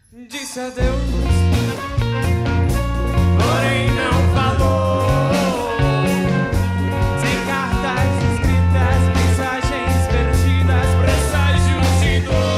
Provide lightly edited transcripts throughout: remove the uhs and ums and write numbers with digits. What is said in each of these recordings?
Disse adeus, porém não falou. Sem cartas escritas, mensagens perdidas, presságios de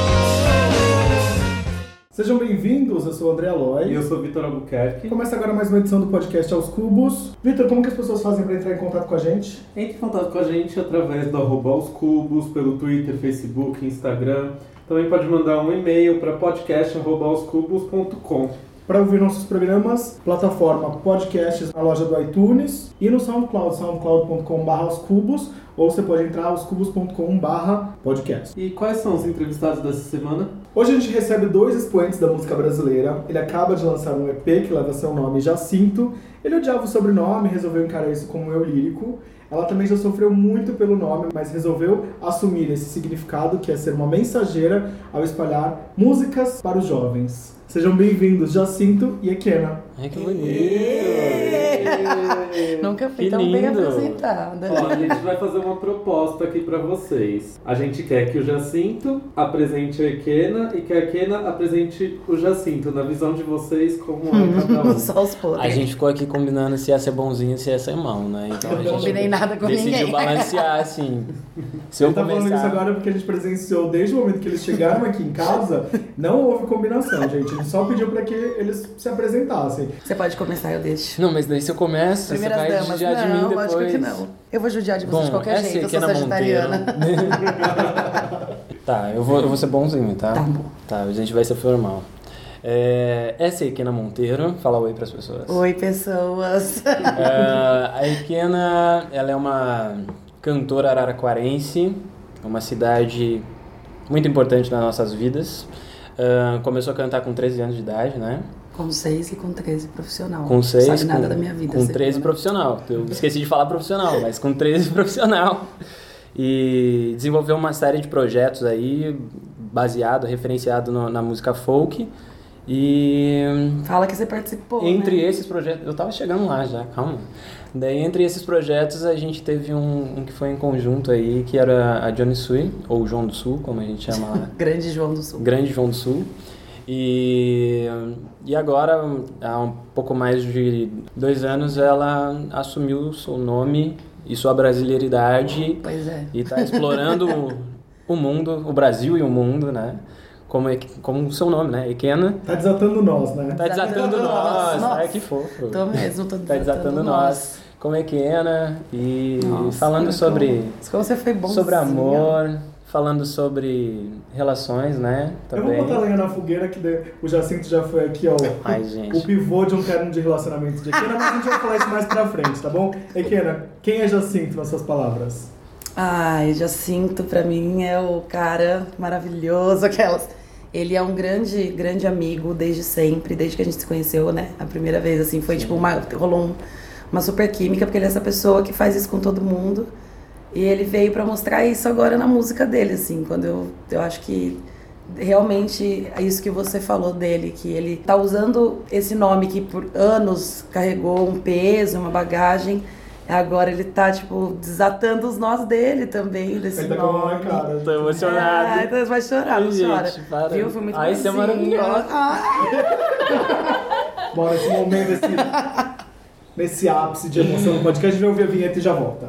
dor. Sejam bem-vindos, eu sou o André Aloy. E eu sou o Vitor Albuquerque. Começa agora mais uma edição do podcast Aos Cubos. Vitor, como que as pessoas fazem para entrar em contato com a gente? Entre em contato com a gente através do @aoscubos, pelo Twitter, Facebook, Instagram. Também pode mandar um e-mail para podcast@aoscubos.com. Para ouvir nossos programas, plataforma Podcasts na loja do iTunes e no SoundCloud, soundcloud.com/aoscubos, ou você pode entrar aoscubos.com/podcast. E quais são os entrevistados dessa semana? Hoje a gente recebe dois expoentes da música brasileira. Ele acaba de lançar um EP que leva seu nome, Jacinto. Ele odiava o sobrenome e resolveu encarar isso como um eu lírico. Ela também já sofreu muito pelo nome, mas resolveu assumir esse significado, que é ser uma mensageira ao espalhar músicas para os jovens. Sejam bem-vindos, Jacinto e Ekena. Ai, que bonito! Nunca fui Que tão bem lindo. apresentada. Ó, a gente vai fazer uma proposta aqui para vocês. A gente quer que o Jacinto apresente a Ekena e que a Ekena apresente o Jacinto, na visão de vocês, como é cada um. Só os podres. A gente ficou aqui combinando se ia ser bonzinho e se ia ser mal, né? Então a Eu gente não combinei nada com decidiu ninguém. balancear, assim. Se eu Ele tá falando isso começar... agora porque a gente presenciou desde o momento que eles chegaram aqui em casa, não houve combinação, gente. Ele só pediu para que eles se apresentassem. Você pode começar, eu deixo. Não, mas daí se eu começo, Primeiras você vai damas. judiar de mim Não, depois. lógico que não. Eu vou judiar de você Bom, de qualquer essa jeito, eu sou Ekena sagitariana. Monteiro. Tá, eu vou ser bonzinho, tá? Tá bom. Tá, a gente vai ser formal. Essa é a Ekena Monteiro. Fala oi pras pessoas. Oi, pessoas. A Ekena, ela é uma cantora araraquarense, uma cidade muito importante nas nossas vidas. Começou a cantar com 13 anos de idade, né? Com 6 e com 13 profissional. Com 6, Não sabe nada da minha vida. com você 13 viu, né? profissional. Eu esqueci de falar profissional, mas com 13 profissional. E desenvolveu uma série de projetos aí, referenciado na música folk. E Fala que você participou, entre né? esses projetos, eu tava chegando lá já, calma. Daí entre esses projetos a gente teve um que foi em conjunto aí, que era a Johnny Sui, ou João do Sul, como a gente chama lá. Grande João do Sul. Grande João do Sul. E agora, há um pouco mais de 2 anos, ela assumiu o seu nome e sua brasileiridade. Pois é. E tá explorando o mundo, o Brasil e o mundo, né? Como o seu nome, né? Ekena. Tá desatando nós, né? Tá desatando nós. Nossa. Ai, que fofo. Tô mesmo, tô Tá desatando nós. Como Ekena. E Nossa, falando sobre Como você foi bom. sobre amor, falando sobre relações, né? Eu Também. vou botar lenha na fogueira que o Jacinto já foi aqui, ó. Ai, gente. O pivô de um termo de relacionamento de Ekena, mas a gente vai falar isso mais pra frente, tá bom? Ekena, quem é Jacinto nas suas palavras? Ai, Jacinto pra mim é o cara maravilhoso, aquelas. Ele é um grande amigo desde sempre, desde que a gente se conheceu, né? A primeira vez, assim, foi tipo rolou uma super química, porque ele é essa pessoa que faz isso com todo mundo. E ele veio pra mostrar isso agora na música dele, assim, quando eu acho que realmente é isso que você falou dele, que ele tá usando esse nome que por anos carregou um peso, uma bagagem. Agora ele tá, tipo, desatando os nós dele também, desse Ele tá com a mão na nome. cara. Tô emocionado. Ai, então vai chorar, não Ai, chora. gente, para. Viu? Foi muito Ai, isso é bonzinho. maravilhoso. Bora, esse momento, nesse ápice de emoção no podcast, a gente vai ouvir a vinheta e já volta.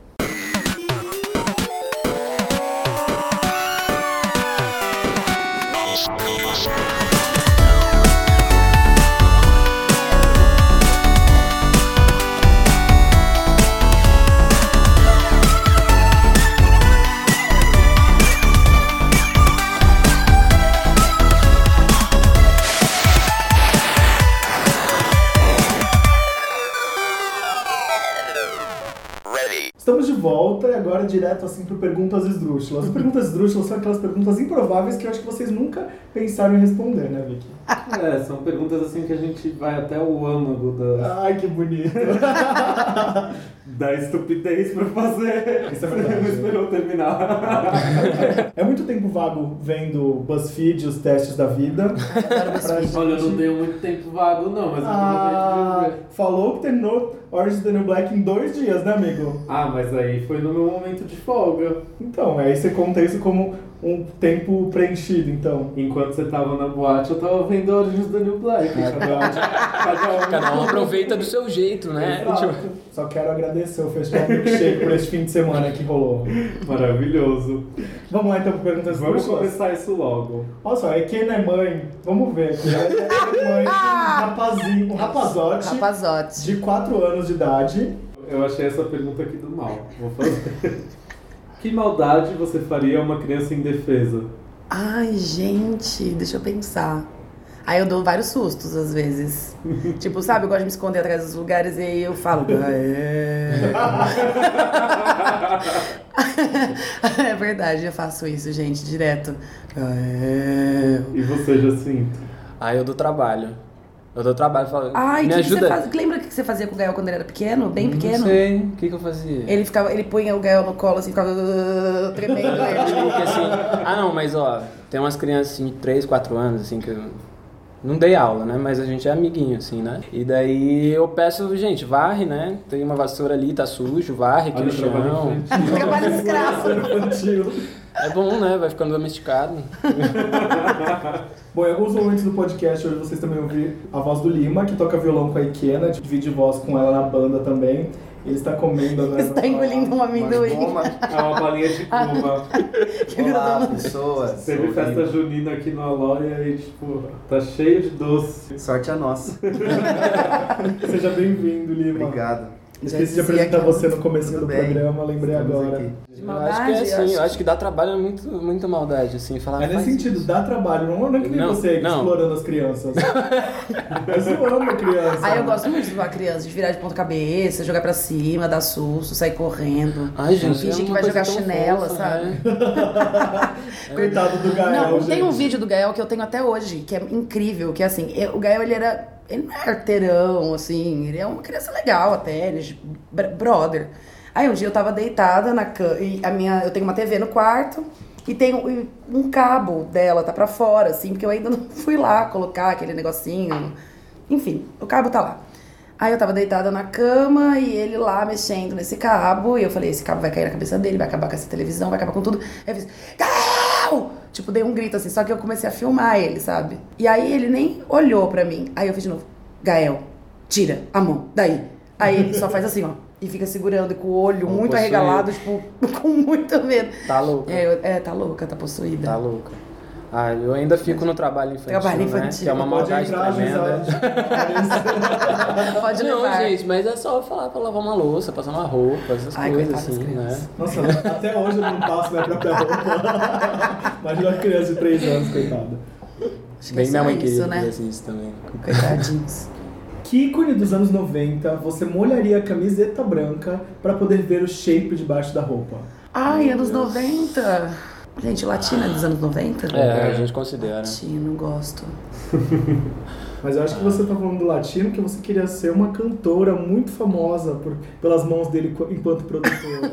Estamos de volta e agora direto assim para perguntas esdrúxulas. As perguntas esdrúxulas são aquelas perguntas improváveis que eu acho que vocês nunca pensaram em responder, né, Vicky? São perguntas assim que a gente vai até o âmago Ai, que bonito. da estupidez pra fazer. Isso é verdade. Não esperou terminar. É muito tempo vago vendo BuzzFeed, os testes da vida. Pra gente- Olha, eu não tenho muito tempo vago não, mas eu tenho um jeito de ver. Falou que terminou Orange is the New Black em 2 dias, né, amigo? Ah, mas aí foi no meu momento de folga. Então, aí você conta isso como um tempo preenchido, então. Enquanto você tava na boate, eu tava vendo Orange do New Black. Cada um aproveita do seu jeito, né? Exato. Só quero agradecer o Festival Milkshake por esse fim de semana que rolou. Maravilhoso. Vamos lá então para perguntas Vamos duplas? começar isso logo. Olha só, Ekena é mãe. Vamos ver aqui. Ela é mãe de um rapazinho, um rapazote Rapazote. de 4 anos de idade. Eu achei essa pergunta aqui do mal. Vou fazer. Que maldade você faria a uma criança indefesa? Ai, gente, deixa eu pensar. Aí eu dou vários sustos, às vezes. Tipo, sabe, eu gosto de me esconder atrás dos lugares e aí eu falo... É verdade, eu faço isso, gente, direto. E você, Jacinto? Aí eu dou trabalho. Falo, Ai, me que ajuda. você faz? Lembra o que você fazia com o Gael quando ele era pequeno? Bem pequeno? Não sei, o que eu fazia? Ele punha o Gael no colo assim, ficava tremendo ele. Porque, assim, não, mas ó, tem umas crianças assim, de 3, 4 anos, assim, que eu não dei aula, né? Mas a gente é amiguinho, assim, né? E daí eu peço, gente, varre, né? Tem uma vassoura ali, tá sujo, varre aqui Olha no o trabalho chão. infantil. Trabalho escravo. Infantil. É bom, né? Vai ficando domesticado. Bom, em alguns momentos do podcast hoje vocês também ouviram a voz do Lima, que toca violão com a Ekena, divide voz com ela na banda também. Ele está comendo agora. Está engolindo um amendoim. É uma balinha de cuba. Que Olá, grudou no- pessoas. Teve festa junina aqui no Aloia e, tipo, tá cheio de doce. Sorte a nossa. Seja bem-vindo, Lima. Obrigado. Esqueci de apresentar você no começo do Tudo bem. programa, lembrei Estamos agora. aqui. De Eu maldade, acho que é assim, eu eu acho que dá trabalho, é muita maldade, assim, falar. É nesse faz sentido, isso. dá trabalho, não é que nem Não, você não. explorando as crianças. É zoando a criança. Aí eu gosto muito de zoar a criança, de virar de ponta cabeça, jogar pra cima, dar susto, sair correndo. Ai, gente, Fingir é que uma vai coisa jogar tão chinela, fofa, sabe? né? Coitado do Gael, Não, gente. tem um vídeo do Gael que eu tenho até hoje, que é incrível, que é assim, o Gael, ele não é arteirão, assim, ele é uma criança legal até, ele é brother. Aí um dia eu tava deitada na cama, e eu tenho uma TV no quarto, e tem um cabo dela, tá pra fora, assim, porque eu ainda não fui lá colocar aquele negocinho. Enfim, o cabo tá lá. Aí eu tava deitada na cama e ele lá mexendo nesse cabo, e eu falei, esse cabo vai cair na cabeça dele, vai acabar com essa televisão, vai acabar com tudo. Aí eu fiz, Gael! Tipo, dei um grito assim, só que eu comecei a filmar ele, sabe? E aí ele nem olhou pra mim. Aí eu fiz de novo, Gael, tira a mão, daí. Aí ele só faz assim, ó, e fica segurando e com o olho muito possuído. arregalado, tipo, com muito medo. Tá louca. Tá louca, tá possuída. Tá louca. Ah, eu ainda fico no trabalho infantil, Trabalho né? infantil. Que é uma Pode maldade entrar, tremenda. Pode Não, levar. gente, mas é só falar pra lavar uma louça, passar uma roupa, essas Ai, coisas coitadas assim, crianças. né? Nossa, até hoje eu não passo minha própria roupa. Imagina uma criança de 3 anos, coitada. Acho que Bem é minha só mãe isso, queria né? que fizesse isso também. Coitadinhos. Que ícone dos anos 90 você molharia a camiseta branca pra poder ver o shape debaixo da roupa? Ai, anos 90. Gente, latina é dos anos 90? É, a gente considera. Latino, gosto. Mas eu acho que você tá falando do latino que você queria ser uma cantora muito famosa pelas mãos dele enquanto produtor.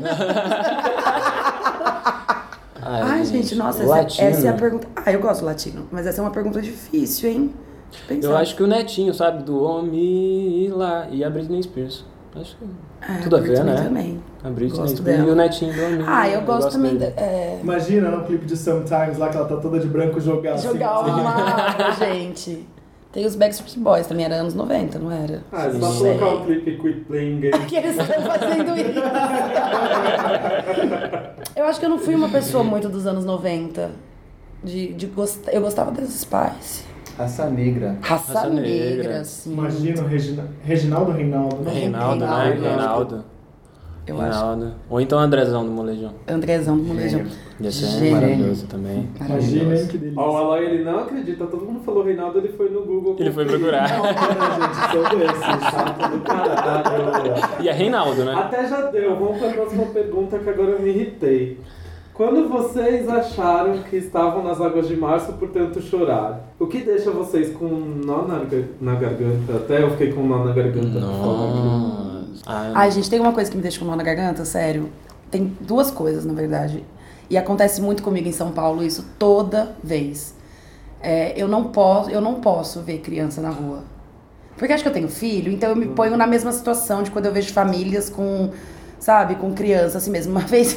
Ai, gente, nossa, latino. essa é a pergunta. Ah, eu gosto do latino, mas essa é uma pergunta difícil, hein? Deixa eu pensar. Eu acho que o Netinho, sabe? Do Homem lá. E a Britney Spears. Acho que É, tudo a ver, Britney né? também. A Britney Gosto Spears dela. e o Netinho do Homem. Ah, eu gosto também. dele. Imagina no clipe de Sometimes lá que ela tá toda de branco jogar Jogar assim. uma gente. Tem os Backstreet Boys, também era anos 90, não era? Ah, é só Sim. colocar o clipe Quit Playing Games. Que eles estão fazendo isso. Eu acho que eu não fui uma pessoa muito dos anos 90. Eu gostava das Spice. Raça Negra. Raça Raça Negra, Negra. sim. Imagina o Reginaldo Reinaldo. Reinaldo, né? Reinaldo. Reinaldo. Eu acho. Reinaldo. Ou então Andrezão do Molejão. Andrezão do Molejão. Ia ser Gênio. maravilhoso também. Imagina, hein, que delícia. Ó, o Aloy, ele não acredita. Todo mundo falou Reinaldo, ele foi no Google. Ele foi procurar. Gente, sou desses. Chato do caralho. E é Reinaldo, né? Até já deu. Vamos para a próxima pergunta que agora eu me irritei. Quando vocês acharam que estavam nas águas de março por tanto chorar, o que deixa vocês com um nó na garganta? Até eu fiquei com um nó na garganta. Nossa. Ai, gente, tem uma coisa que me deixa com nó na garganta, sério. Tem duas coisas, na verdade. E acontece muito comigo em São Paulo isso toda vez. Eu não posso ver criança na rua. Porque acho que eu tenho filho, então eu me ponho na mesma situação de quando eu vejo famílias com, sabe, com criança, assim mesmo. Uma vez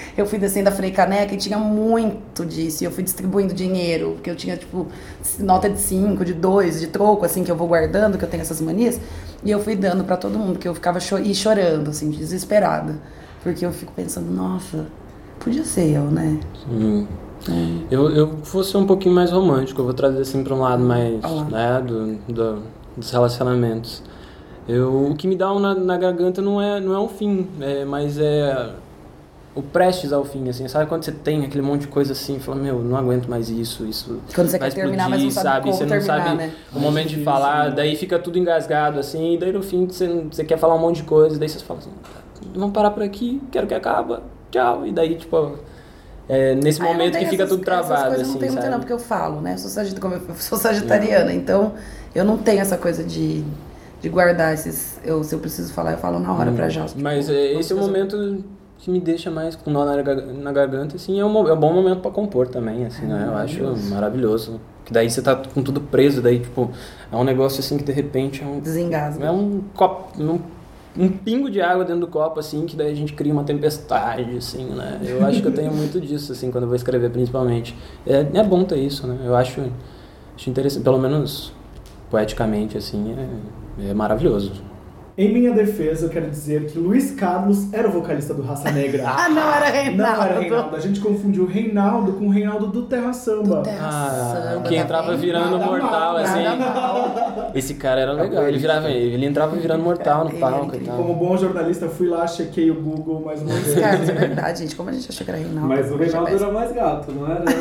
eu fui descendo a Frei Caneca e tinha muito disso. E eu fui distribuindo dinheiro, porque eu tinha, tipo, nota de 5, de 2, de troco, assim, que eu vou guardando, que eu tenho essas manias. E eu fui dando pra todo mundo, que eu ficava chorando, assim, desesperada. Porque eu fico pensando, nossa, podia ser eu, né? Sim. Eu vou ser um pouquinho mais romântico, eu vou trazer assim pra um lado mais, né, dos relacionamentos. O que me dá na garganta não é um fim, mas é o prestes ao fim, assim, sabe? Quando você tem aquele monte de coisa assim, fala, meu, não aguento mais isso quando você vai quer terminar, mas não sabe como você não terminar, sabe né? o momento de falar, daí fica tudo engasgado, assim, e daí no fim você quer falar um monte de coisa, daí você fala assim, vamos parar por aqui, quero que acabe, tchau, e daí, tipo... nesse momento que fica tudo travado, assim, assim, não tem muito sabe? não, porque eu falo, né? Eu sou sagitariana, então eu não tenho essa coisa de guardar esses... se eu preciso falar, eu falo na hora pra já. Mas esse é o momento que me deixa mais com nó na garganta, assim, é um bom momento pra compor também, assim, né? Eu acho maravilhoso. Que daí você tá com tudo preso, daí, tipo, é um negócio assim que de repente desengasga. É um copo... Um pingo de água dentro do copo, assim, que daí a gente cria uma tempestade, assim, né? Eu acho que eu tenho muito disso, assim, quando eu vou escrever, principalmente. É bom ter isso, né? Eu acho interessante, pelo menos poeticamente, assim, é maravilhoso. Em minha defesa, eu quero dizer que Luiz Carlos era o vocalista do Raça Negra. Não era Reinaldo. Não era Reinaldo. A gente confundiu Reinaldo com o Reinaldo do Terra Samba. Que entrava virando mortal, assim. Esse cara era legal. Ele entrava virando mortal no palco e tal. Como bom jornalista, fui lá, chequei o Google mais uma vez. Carlos, é verdade, gente. Como a gente achou que era Reinaldo? Mas o Reinaldo era mais gato, não era?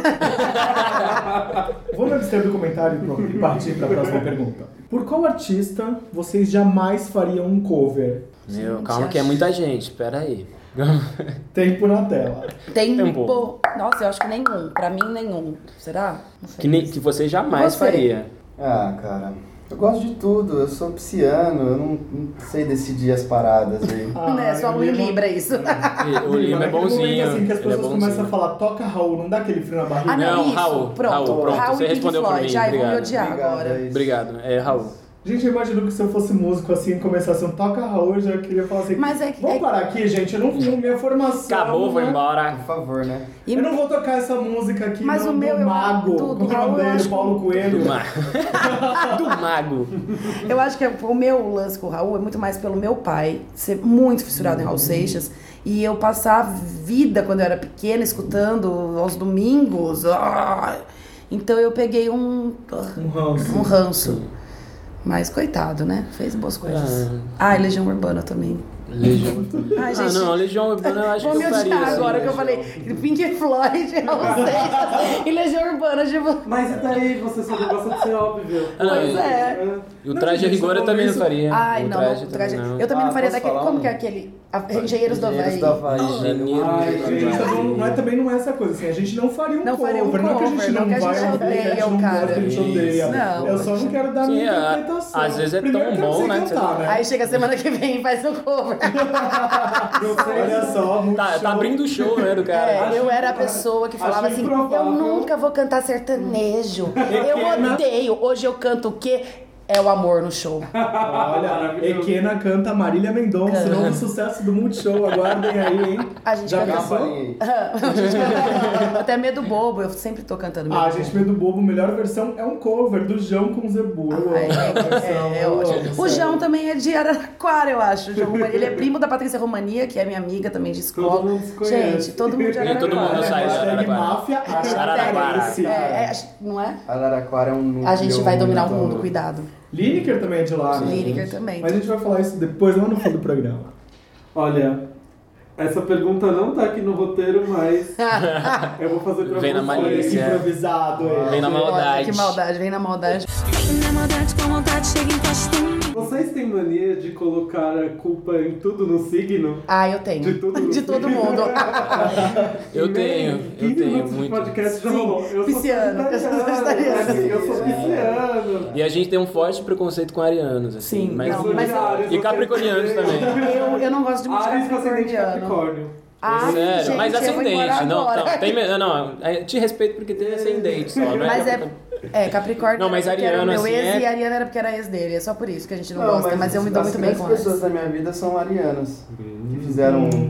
Vamos abster do comentário e partir para a próxima pergunta. Por qual artista vocês jamais fariam um cover? Meu, calma que é muita gente, espera aí. Tempo na tela. Tempo. Nossa, eu acho que nenhum. Pra mim, nenhum. Será? Não sei. Que você jamais faria. Ah, cara, eu gosto de tudo. Eu sou pisciano, eu não sei decidir as paradas aí. Só Lua em Libra, isso. O Lima é bonzinho. Assim que as pessoas bonzinho. começam a falar, toca Raul, não dá aquele frio na barriga? Não, isso. Raul. Pronto. Raul, você e Pink respondeu por Floyd. mim, Ai, vou me obrigado. odiar agora. Obrigado, Raul. Gente, eu imagino que se eu fosse músico assim e começasse um toca Raul, eu já queria falar assim, Mas vamos parar aqui, gente, eu não minha formação... Acabou, vou embora. Por favor, né? Eu não vou tocar essa música aqui, Mas não, o meu, do Mago, do o Raul, nome eu dele, acho Paulo Coelho. Do Mago. Eu acho que o meu lance com o Raul é muito mais pelo meu pai ser muito fissurado em Raul Seixas e eu passar a vida quando eu era pequena escutando aos domingos. Então eu peguei um ranço. Mas coitado, né? Fez boas coisas. Legião Urbana também. Legião Urbana. Ai, gente, Legião Urbana eu acho vou que eu me odiar faria. agora assim, que eu falei Pink Floyd, Raul Seixas e Legião Urbana. Tipo... Mas e daí, você só não gosta de ser óbvio. Pois é. E o traje a rigor eu também não faria. Ai, O não, traje não. não. Eu também não faria posso daquele... falar Como um? que é aquele... Engenheiros do Havaí. Gente, também não é essa coisa assim, a gente não faria um Não cover, faria um não é que a gente cover, não não que a vai gente ouvir, odeia a gente não o cara. gosta, a gente odeia. Não. Eu só não quero dar minha Sim, interpretação. às vezes é Primeiro tão que eu não bom, sei né, cantar, né? Aí chega a semana que vem e faz o cover. Olha só, muito show. Tá abrindo o show, né, do cara. Eu era a pessoa que falava acho assim, improvável. eu nunca vou cantar sertanejo. Eu odeio. Hoje eu canto o quê? É o amor no show. Olha, Equena canta Marília Mendonça, novo sucesso do Multishow, aguardem aí, hein? A gente Já canta... pensou? A gente canta... Até Medo Bobo, eu sempre tô cantando Medo Ah, Bobo. gente, Medo Bobo, melhor versão é um cover do João com Zebu. Eu amo essa versão, É eu amo, ótimo. O sério. João também é de Araraquara, eu acho. Ele é primo da Patrícia Romania, que é minha amiga também de escola. Todo mundo se conhece. Gente, todo mundo de E todo mundo Araraquara. sai de Hashtag Araraquara. máfia, Araraquara. Não é? Araraquara é um núcleo A gente vai dominar o muito- mundo, cuidado. Lineker também é de lá, né? Lineker também. Mas a gente vai falar isso depois, lá no fim do programa. Olha, essa pergunta não tá aqui no roteiro, mas eu vou fazer pra Vem na vocês. malícia. Improvisado. Vem na Olha, maldade. que maldade, vem na maldade. Na maldade, com vontade, chega e encosta em mim. Vocês têm mania de colocar a culpa em tudo no signo? Eu tenho. De tudo no De todo signo? mundo. Eu tenho 15 minutos de muito. podcast já Sim, rolou. Eu sou pisciano, eu sou sagitariano. sagitariano. Eu sou pisciano. E a gente tem um forte preconceito com arianos, assim. Sim, mas, não, mas Ares, e capricornianos também. Eu não gosto de muito de Ares com ascendente capricorniano. Capricórnio. Ai, Sério, gente, mas eu vou embora ascendente, não, agora. te respeito porque tem ascendente só, não é? Mas Capricórnio. Não, mas era porque era o ariano, meu assim, ex é- e Ariana era porque era ex dele. É só por isso que a gente não gosta, mas eu me dou as muito bem com grandes elas. pessoas da minha vida são arianas. Que fizeram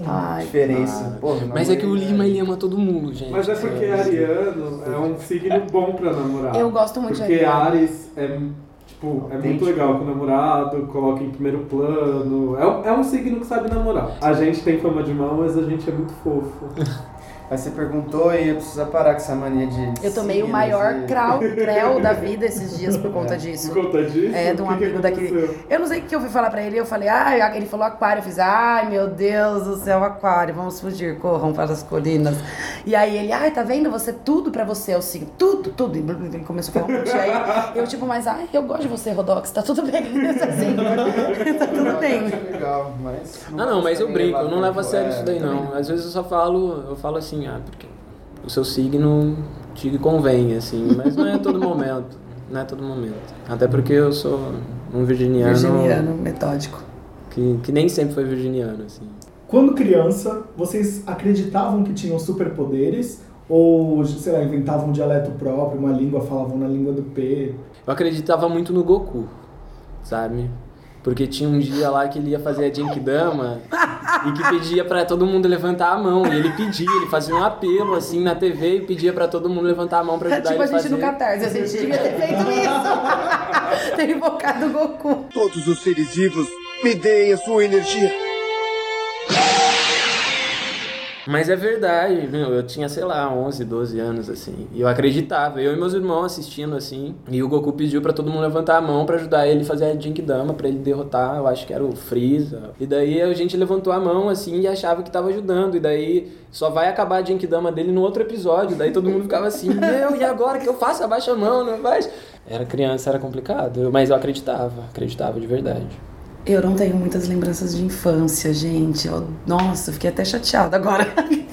Ai, diferença. Porra, Mas é que o namorei, Lima, ele ama todo mundo, gente. Mas é porque ariano é um signo bom pra namorar. eu gosto muito de Porque Ariano. Ares é, tipo, é muito legal com o namorado, coloca em primeiro plano. É um signo que sabe namorar. A gente tem fama de mal, mas a gente é muito fofo. Mas você perguntou e eu preciso parar com essa mania de. Eu tomei o signos maior e- creu da vida esses dias por conta disso. Por conta disso? É, de um o que que amigo daquele. aconteceu? Eu não sei o que eu fui falar pra ele, eu falei, ele falou aquário, eu fiz, ai meu Deus do céu, aquário, vamos fugir, corram para as colinas. E aí ele, tá vendo? Tudo pra você é o signo, tudo. E ele começou a falar um monte. E aí eu, tipo, mas eu gosto de você, Rodox, tá tudo bem, assim, tá tudo bem. Acho legal, mas. Não, mas eu brinco, eu não levo a sério isso daí também não. Às vezes eu falo assim, porque o seu signo te convém, assim, mas não é todo momento. Não é todo momento. Até porque eu sou um Virginiano, metódico. que nem sempre foi virginiano, assim. Quando criança, vocês acreditavam que tinham superpoderes? Ou, sei lá, inventavam um dialeto próprio, uma língua, falavam na língua do P? Eu acreditava muito no Goku, sabe? Porque tinha um dia lá que ele ia fazer a Genkidama e que pedia pra todo mundo levantar a mão. E ele fazia um apelo assim na TV e pedia pra todo mundo levantar a mão pra ajudar Tipo ele a a gente fazer. no Catarse, a gente devia ter feito isso. Ter invocado o Goku. Todos os seres vivos, me deem a sua energia. Mas é verdade, eu tinha, sei lá, 11, 12 anos, assim, e eu acreditava, eu e meus irmãos assistindo, assim, e o Goku pediu pra todo mundo levantar a mão pra ajudar ele a fazer a Genkidama, pra ele derrotar, eu acho que era o Freeza, e daí a gente levantou a mão, assim, e achava que tava ajudando, e daí só vai acabar a Genkidama dele no outro episódio, daí todo mundo ficava assim, e agora que eu faço? Abaixa a mão, não faz? Era criança, era complicado, mas eu acreditava de verdade. Eu não tenho muitas lembranças de infância, gente. Nossa, eu fiquei até chateada agora.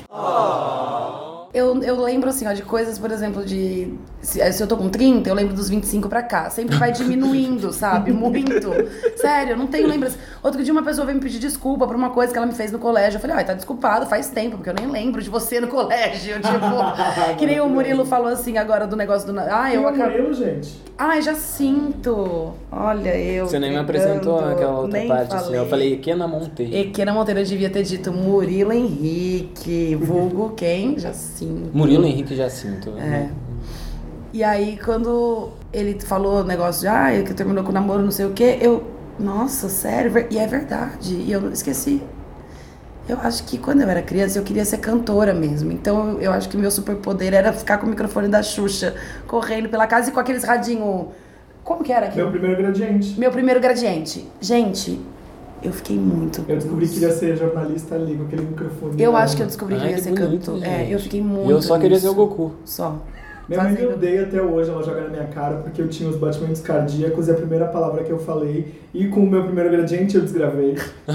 Eu lembro, assim, de coisas, por exemplo, se eu tô com 30, eu lembro dos 25 pra cá. Sempre vai diminuindo, sabe? Muito. Sério, eu não tenho lembrança. Outro dia uma pessoa veio me pedir desculpa por uma coisa que ela me fez no colégio. Eu falei, tá desculpado, faz tempo, porque eu nem lembro de você no colégio. Tipo, que nem o Murilo falou assim agora do negócio do... Quem é o Murilo, gente? Já sinto. Olha, Você nem me apresentou naquela outra parte, assim. Eu falei, Equena Monteiro. Equena Monteiro, eu devia ter dito Murilo Henrique, vulgo quem? Jacinto. Murilo Henrique Jacinto. E aí, quando ele falou o negócio de, que terminou com o namoro, não sei o quê, nossa, sério? E é verdade. E eu esqueci. Eu acho que quando eu era criança, eu queria ser cantora mesmo. Então, eu acho que meu superpoder era ficar com o microfone da Xuxa, correndo pela casa e com aqueles radinhos... Como que era aquilo? Meu primeiro gradiente. Meu primeiro gradiente. Gente, eu fiquei muito... Eu descobri que queria ser jornalista ali, com aquele microfone. Eu acho que eu descobri que Ai, ia que ser bonito, cantor. gente. Eu fiquei muito... E eu só queria nisso. ser o Goku. Só. Minha mãe me Fazendo- odeia até hoje, ela joga na minha cara porque eu tinha os batimentos cardíacos e a primeira palavra que eu falei, e com o meu primeiro gradiente eu desgravei.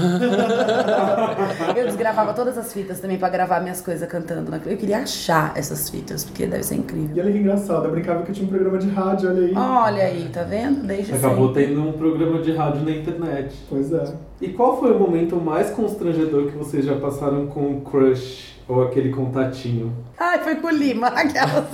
Eu desgravava todas as fitas também pra gravar minhas coisas cantando. Eu queria achar essas fitas, porque deve ser E incrível. olha que engraçado, eu brincava que eu tinha um programa de rádio, olha aí. Olha aí, tá vendo? Desde Acabou sempre. tendo um programa de rádio na internet. Pois é. E qual foi o momento mais constrangedor que vocês já passaram com o crush ou aquele contatinho? Ai, foi com o Lima, aquelas.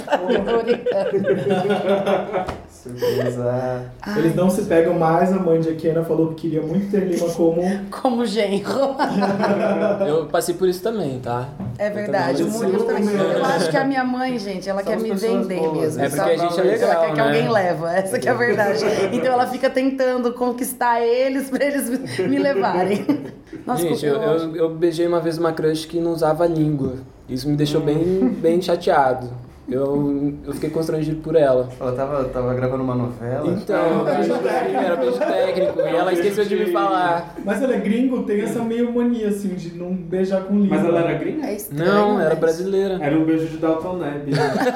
Surpresa. Eles não se pegam mais, a mãe de Equena falou que queria muito ter Lima como... Como genro. Eu passei por isso também, tá? É verdade, o também. Murilo também. Ciúme. Eu acho que a minha mãe, gente, ela Somos quer me pessoas vender boas. mesmo. É porque sabe? a gente é legal, Ela quer que né? alguém leva, essa que é a verdade. Então ela fica tentando conquistar eles pra eles me levarem. Nossa, Gente, eu acho- eu beijei uma vez uma crush que não usava língua. Isso me deixou bem chateado. Eu fiquei constrangido por ela. Ela tava gravando uma novela. Então, era beijo técnico e ela esqueceu de me falar. Mas ela é gringo, tem essa meio mania, assim, de não beijar com Lima. Mas ela era gringa? É estranho, Não, era mas- brasileira. Era um beijo de Dalton Neb.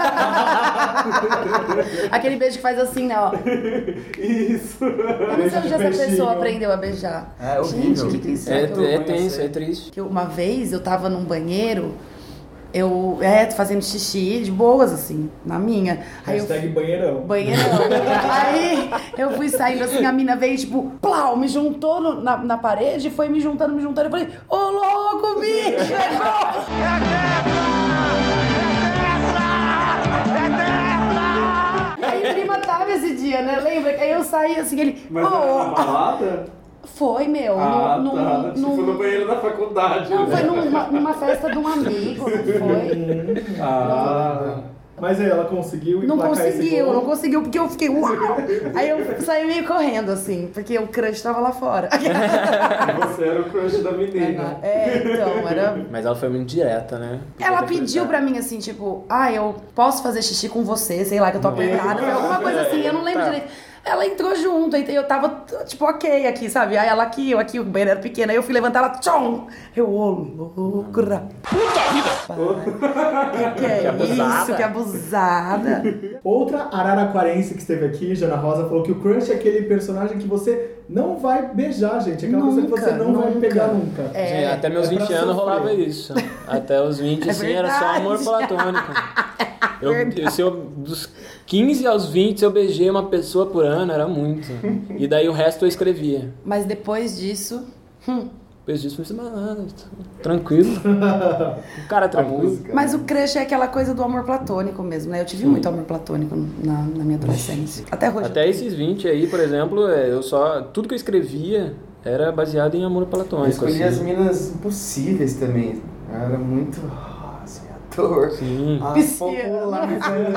Aquele beijo que faz assim, né, ó. Isso. Eu não sei onde essa Beijinho. pessoa aprendeu a beijar. É horrível. Gente, que isso É que eu- tenso, é triste. Que uma vez eu tava num banheiro, fazendo xixi de boas, assim, na minha. Aí eu Hashtag banheirão. banheirão. Aí eu fui saindo assim, a mina veio, tipo, plau, me juntou na parede, foi me juntando. Eu falei, ô louco, bicho! Aí o clima tava esse dia, né? Lembra? Aí eu saí assim, ele. Mas era na balada? Foi, meu. Ah, num- tá. num- Tipo, no banheiro da faculdade. Não, né? foi numa festa de um amigo, não foi? Ah, Mas aí ela conseguiu Não emplacar esse conseguiu, gol. não conseguiu, porque eu fiquei uau! Aí eu saí meio correndo, assim, porque o crush tava lá fora. você era o crush da menina. Então, era... Mas ela foi muito direta, né? Ela pediu pra mim, assim, tipo, eu posso fazer xixi com você, sei lá, que eu tô apertada, foi alguma coisa assim, eu não lembro direito. Ela entrou junto, e eu tava, tipo, ok aqui, sabe? Aí ela aqui, eu aqui, o banheiro era pequeno, aí eu fui levantar ela, tchom! Eu, ô, loucura! Puta vida! Que é isso, que abusada! Outra araraquarense que esteve aqui, Jana Rosa, falou que o crush é aquele personagem que você não vai beijar, gente. É aquela pessoa que você não vai nunca. pegar nunca. Gente, até meus É pra 20 anos sofrer. rolava isso. Até os 20, É assim, era só amor verdade. platônico. Dos 15 aos 20, se eu beijei uma pessoa por ano, era muito. E daí o resto eu escrevia. Mas depois disso... Depois disso, não fiz mais nada. Tranquilo. Um cara tranquilo. Mas o crush é aquela coisa do amor platônico mesmo, né? Eu tive muito amor platônico na minha adolescência. Até hoje. Até esses 20 aí, por exemplo, tudo que eu escrevia era baseado em amor Eu platônico. escolhi as Assim. minas impossíveis também. Eu era muito... assim, ator. Sim. Ah, Pisciana. popular.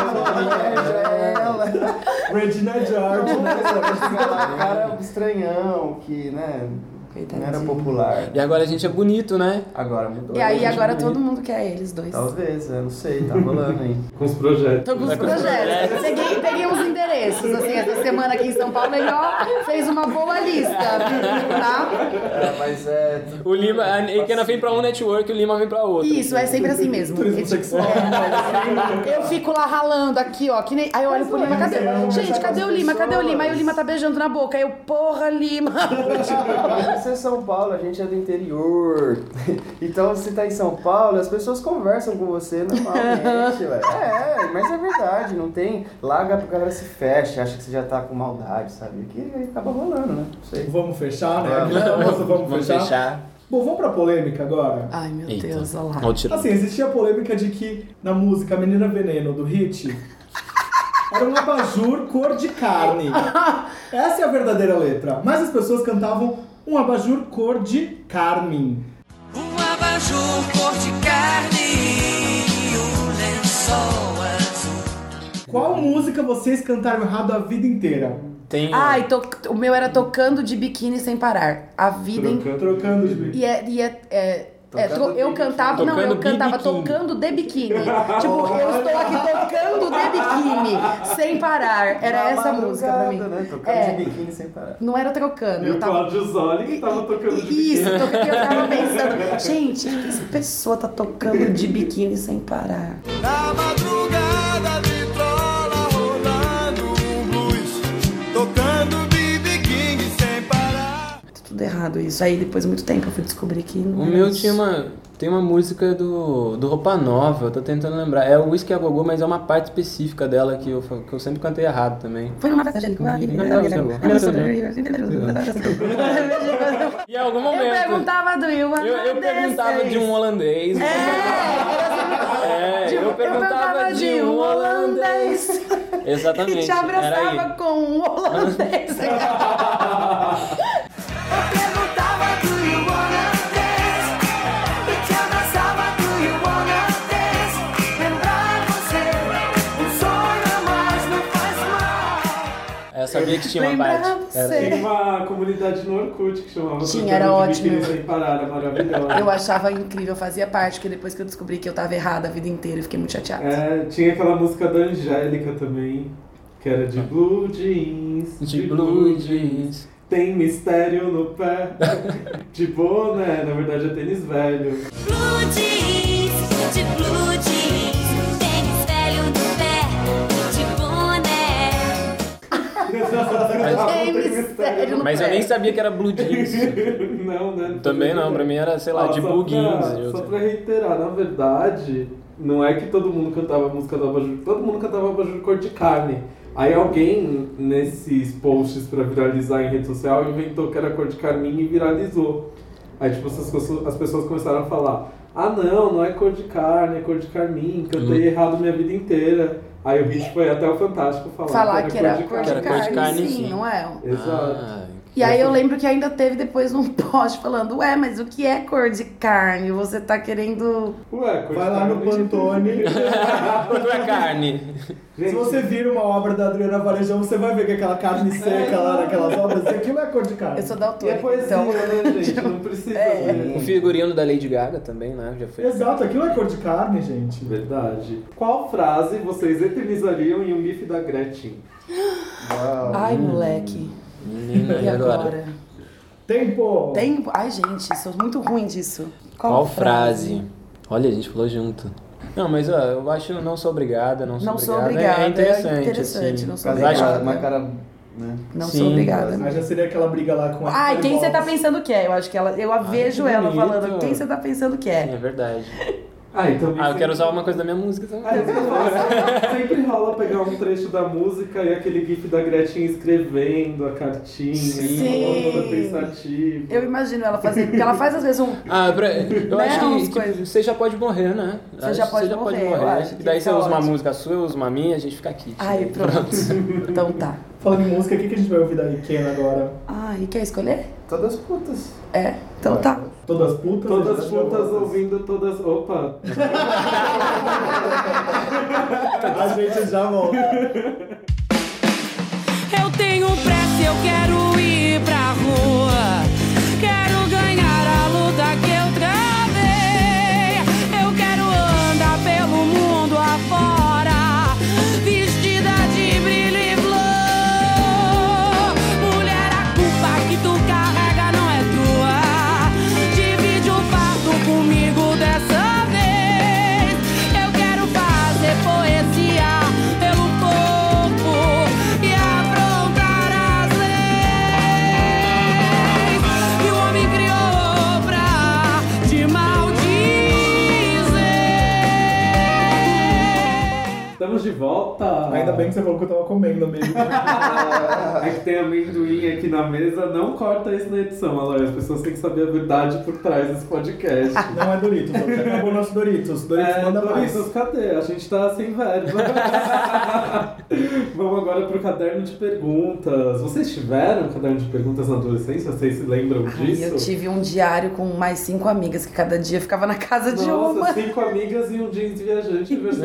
Ela. Regina George, né? Aquela cara estranhão que, né, não era popular. E agora a gente é bonito, né? Agora mudou. E aí Gente, agora bonito. todo mundo quer eles dois. talvez, eu não sei, tá rolando aí. Com os projetos. Tô com os projetos. Peguei uns endereços, assim, essa semana aqui em São Paulo, ele, fez uma boa lista, tá? Mas é... O Lima, a Ikena vem pra um network e o Lima vem pra outro. Isso, é sempre assim mesmo. Turismo sexual. Eu fico lá ralando aqui, ó, que nem... Aí eu olho pro Lima, cadê? Gente, cadê o Lima? Cadê o Lima? Aí o Lima tá beijando na boca. Aí eu, porra, Lima. Você é São Paulo, a gente é do interior. Então, se tá em São Paulo, as pessoas conversam com você normalmente, velho. Mas é verdade, não tem... Larga pra galera se fecha, acha que você já tá com maldade, sabe? Aqui aí acaba rolando, né? Não sei. Vamos fechar, né? Vamos. Vamos fechar? Bom, vamos pra polêmica agora? Ai, meu Eita. Deus, olha lá. Ó, o tiro. Assim, existia a polêmica de que na música Menina Veneno do Hit era um abajur cor de carne. Essa é a verdadeira letra. Mas as pessoas cantavam um abajur cor de carmim. Um abajur cor de carne e um lençol azul. Qual música vocês cantaram errado a vida inteira? Tem. Ai, o meu era tocando de biquíni sem parar. A vida inteira. Trocando de... Eu cantava, não, eu Tocando de cantava biquíni. tocando de biquíni. Tipo, eu estou aqui tocando de biquíni, sem parar. Era essa música pra mim. Né? Tocando de biquíni sem parar. Não era trocando, E eu o tava... Cláudio Zoli que tava tocando de biquíni. Isso, eu tava pensando, gente, que essa pessoa tá tocando de biquíni sem parar? Na madrugada vitrola rolando um blues, tocando BB King sem parar. Tá tudo errado isso. Aí depois de muito tempo eu fui descobrir que não O é meu isso. tem uma música do Roupa Nova, eu tô tentando lembrar. É o Whisky a Gogô, mas é uma parte específica dela que eu sempre cantei errado também. Foi numa festa de E em algum Eu momento. perguntava do Eu perguntava de um holandês. Eu perguntava de um holandês. Exatamente. E te era abraçava aí. com um holandês. Eu perguntava do you wanna dance e te abraçava do you wanna dance. Lembrar você, um sonho a mais não faz mal. Eu sabia que tinha uma Lembrar parte. você. Tinha uma comunidade no Orkut que chamava Tinha, Tocando era de ótimo. Biquíni Sem Parar, era maravilhosa. Eu achava incrível, eu fazia parte, porque depois que eu descobri que eu tava errada a vida inteira, eu fiquei muito chateada. Tinha aquela música da Angélica também, que era de blue jeans. De blue jeans. Tem mistério no pé. De boné, na verdade é tênis velho. Blue jeans, de blue jeans, tênis velho no pé, de boné. Tem mistério no Mas eu pé. nem sabia que era blue jeans. Não, né? Também não, pra mim era, sei lá, de Só blue pra- jeans. Só pra reiterar, na verdade, não é que todo mundo cantava a música do abajur, todo mundo cantava abajur cor de carne. Aí alguém, nesses posts pra viralizar em rede social, inventou que era cor de carmim e viralizou. Aí, tipo, as pessoas começaram a falar: ah, não é cor de carne, é cor de carmim, cantei errado minha vida inteira. Aí o bicho foi até o Fantástico falar Que era cor de Era cor de carne, carne, sim, sim. não é? Exato. Ah, E aí eu lembro que ainda teve depois um post falando, ué, mas o que é cor de carne? Você tá querendo... Ué, cor de Vai lá no carne, tipo, Pantone. Não é carne. Se você vira uma obra da Adriana Varejão, você vai ver que aquela carne seca lá naquelas obras, aquilo é cor de carne. Eu sou da E autora, é poesia, então... né, gente? Não precisa ver. O figurino da Lady Gaga também, né? Já foi. Exato, aquilo é cor de carne, gente. Verdade. Qual frase vocês eternizariam em um gif da Gretchen? Uau. Ai, moleque. Menina, E agora? Tempo! Tempo? Ai, gente, sou muito ruim disso. Qual frase? Olha, a gente falou junto. Não, mas ó, eu acho não sou obrigada, não sou Não sou obrigada. obrigada, É interessante, é interessante, assim. não sou Eu acho- obrigada. Uma cara, né? Não Sim. sou obrigada. Aí já seria aquela briga lá com a Ai, quem você tá Balls. pensando que é? Eu acho que eu a vejo que ela bonito. falando, quem você tá pensando que Sim, é? é verdade. Ah, então Ah, eu quero usar uma coisa da minha música também. Sempre rola pegar um trecho da música e aquele gif da Gretchen escrevendo a cartinha, Sim. falando toda pensativa. Eu imagino ela fazendo, porque ela faz às vezes um... Ah, eu Né, acho umas que coisas. você já pode morrer, né? Você Acho já que pode morrer, eu acho E que daí você tá usa uma ótimo. música sua, eu uso uma minha, a gente fica aqui. Ai, pronto. Então tá. Falando em música, o que a gente vai ouvir da Riquena agora? Ai, quer escolher? Todas putas. É, então tá. Todas putas? Todas A gente putas vai- ouvindo todas. Opa! A gente já volta. Eu tenho pressa, eu quero ir pra rua. Quero ganhar a luta que eu travei. Eu quero andar pelo mundo afora, vestida de brilho e flor. Mulher, a culpa que tu carrega não é tua. Divide o fardo comigo dessa vez. Eu quero fazer poesia pelo corpo e afrontar as leis que o homem criou pra te maldizer. Estamos de volta! Ainda bem que você falou que eu tava comendo, amigo. É que tem amendoim aqui na mesa, não corta isso na edição, Aloy. As pessoas têm que saber a verdade por trás desse podcast. Não é Doritos, acabou o nosso Doritos. Doritos manda mais. Doritos, cadê? A gente tá sem verba. Vamos agora pro caderno de perguntas. Vocês tiveram caderno de perguntas na adolescência? Vocês se lembram Ai, disso? eu tive um diário com mais 5 amigas que cada dia ficava na casa de Nossa, uma 5 amigas e um jeans viajante versus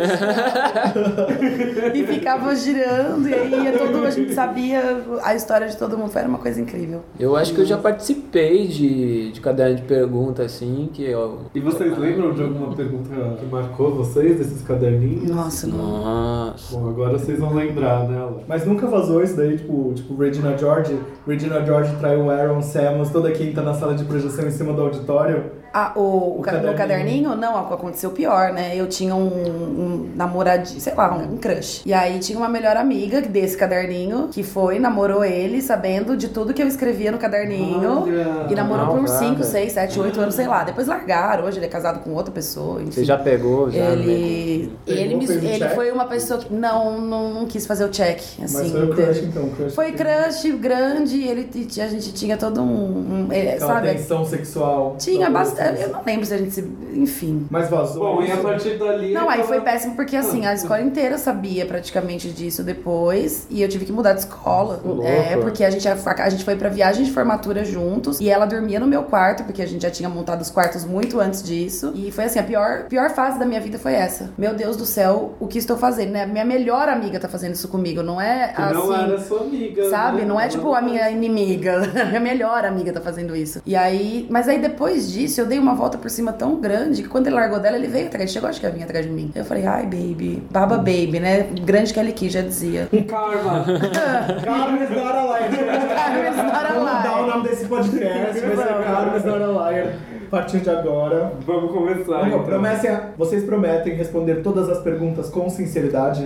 e ficava girando e aí ia todo, a gente sabia a história de todo mundo, era uma coisa incrível. Eu acho que eu já participei de caderno de pergunta, assim, que eu... E vocês lembram de alguma pergunta que marcou vocês, desses caderninhos? Nossa, não. Nossa. Bom, agora vocês vão lembrar, né, Aloy? Mas nunca vazou isso daí, tipo Regina George. Regina George traiu o Aaron Samuels toda quinta na sala de projeção em cima do auditório. Ah, o caderninho. caderninho? Não, aconteceu pior, né? Eu tinha um namoradinho, sei lá, um crush. E aí tinha uma melhor amiga desse caderninho que foi, namorou ele, sabendo de tudo que eu escrevia no caderninho. Olha, E namorou por uns malvada. 5, 6, 7, 8 anos, sei lá. Depois largaram, hoje ele é casado com outra pessoa, enfim. Você já pegou, já? Ele fez o ele check? foi uma pessoa que não quis fazer o check, assim. Mas foi o crush então, crush. Foi crush grande, a gente tinha todo Aquela sabe? tensão sexual. Tinha da bastante, adolescência. eu não lembro se a gente se... Enfim. Mas vazou. Bom, e a isso? partir dali... Não, aí ela- foi péssimo porque assim, a escola inteira sabia praticamente disso depois e eu tive que mudar de escola. Louco. É, porque a gente foi pra viagem de formatura juntos e ela dormia no meu quarto, porque a gente já tinha montado os quartos muito antes disso. E foi assim, a pior fase da minha vida foi essa. Meu Deus do céu, o que estou fazendo, né? Minha melhor amiga tá fazendo isso comigo, não é Que assim... não era sua amiga, Sabe? né? Não é Ela tipo a minha inimiga. A minha melhor amiga tá fazendo isso. E aí... Mas aí depois disso, eu dei uma volta por cima tão grande que quando ele largou dela, ele veio atrás. Chegou, acho que ia vir atrás de mim. Eu falei, ai, baby. Baba baby, né? Grande Kelly Key já dizia. Karma. Carmen is not a liar. Carmen is not a Vamos liar. mudar o nome desse podcast. Vai ser Carmen is not a liar. A partir de agora. Vamos começar, Vamos, então. vocês prometem responder todas as perguntas com sinceridade?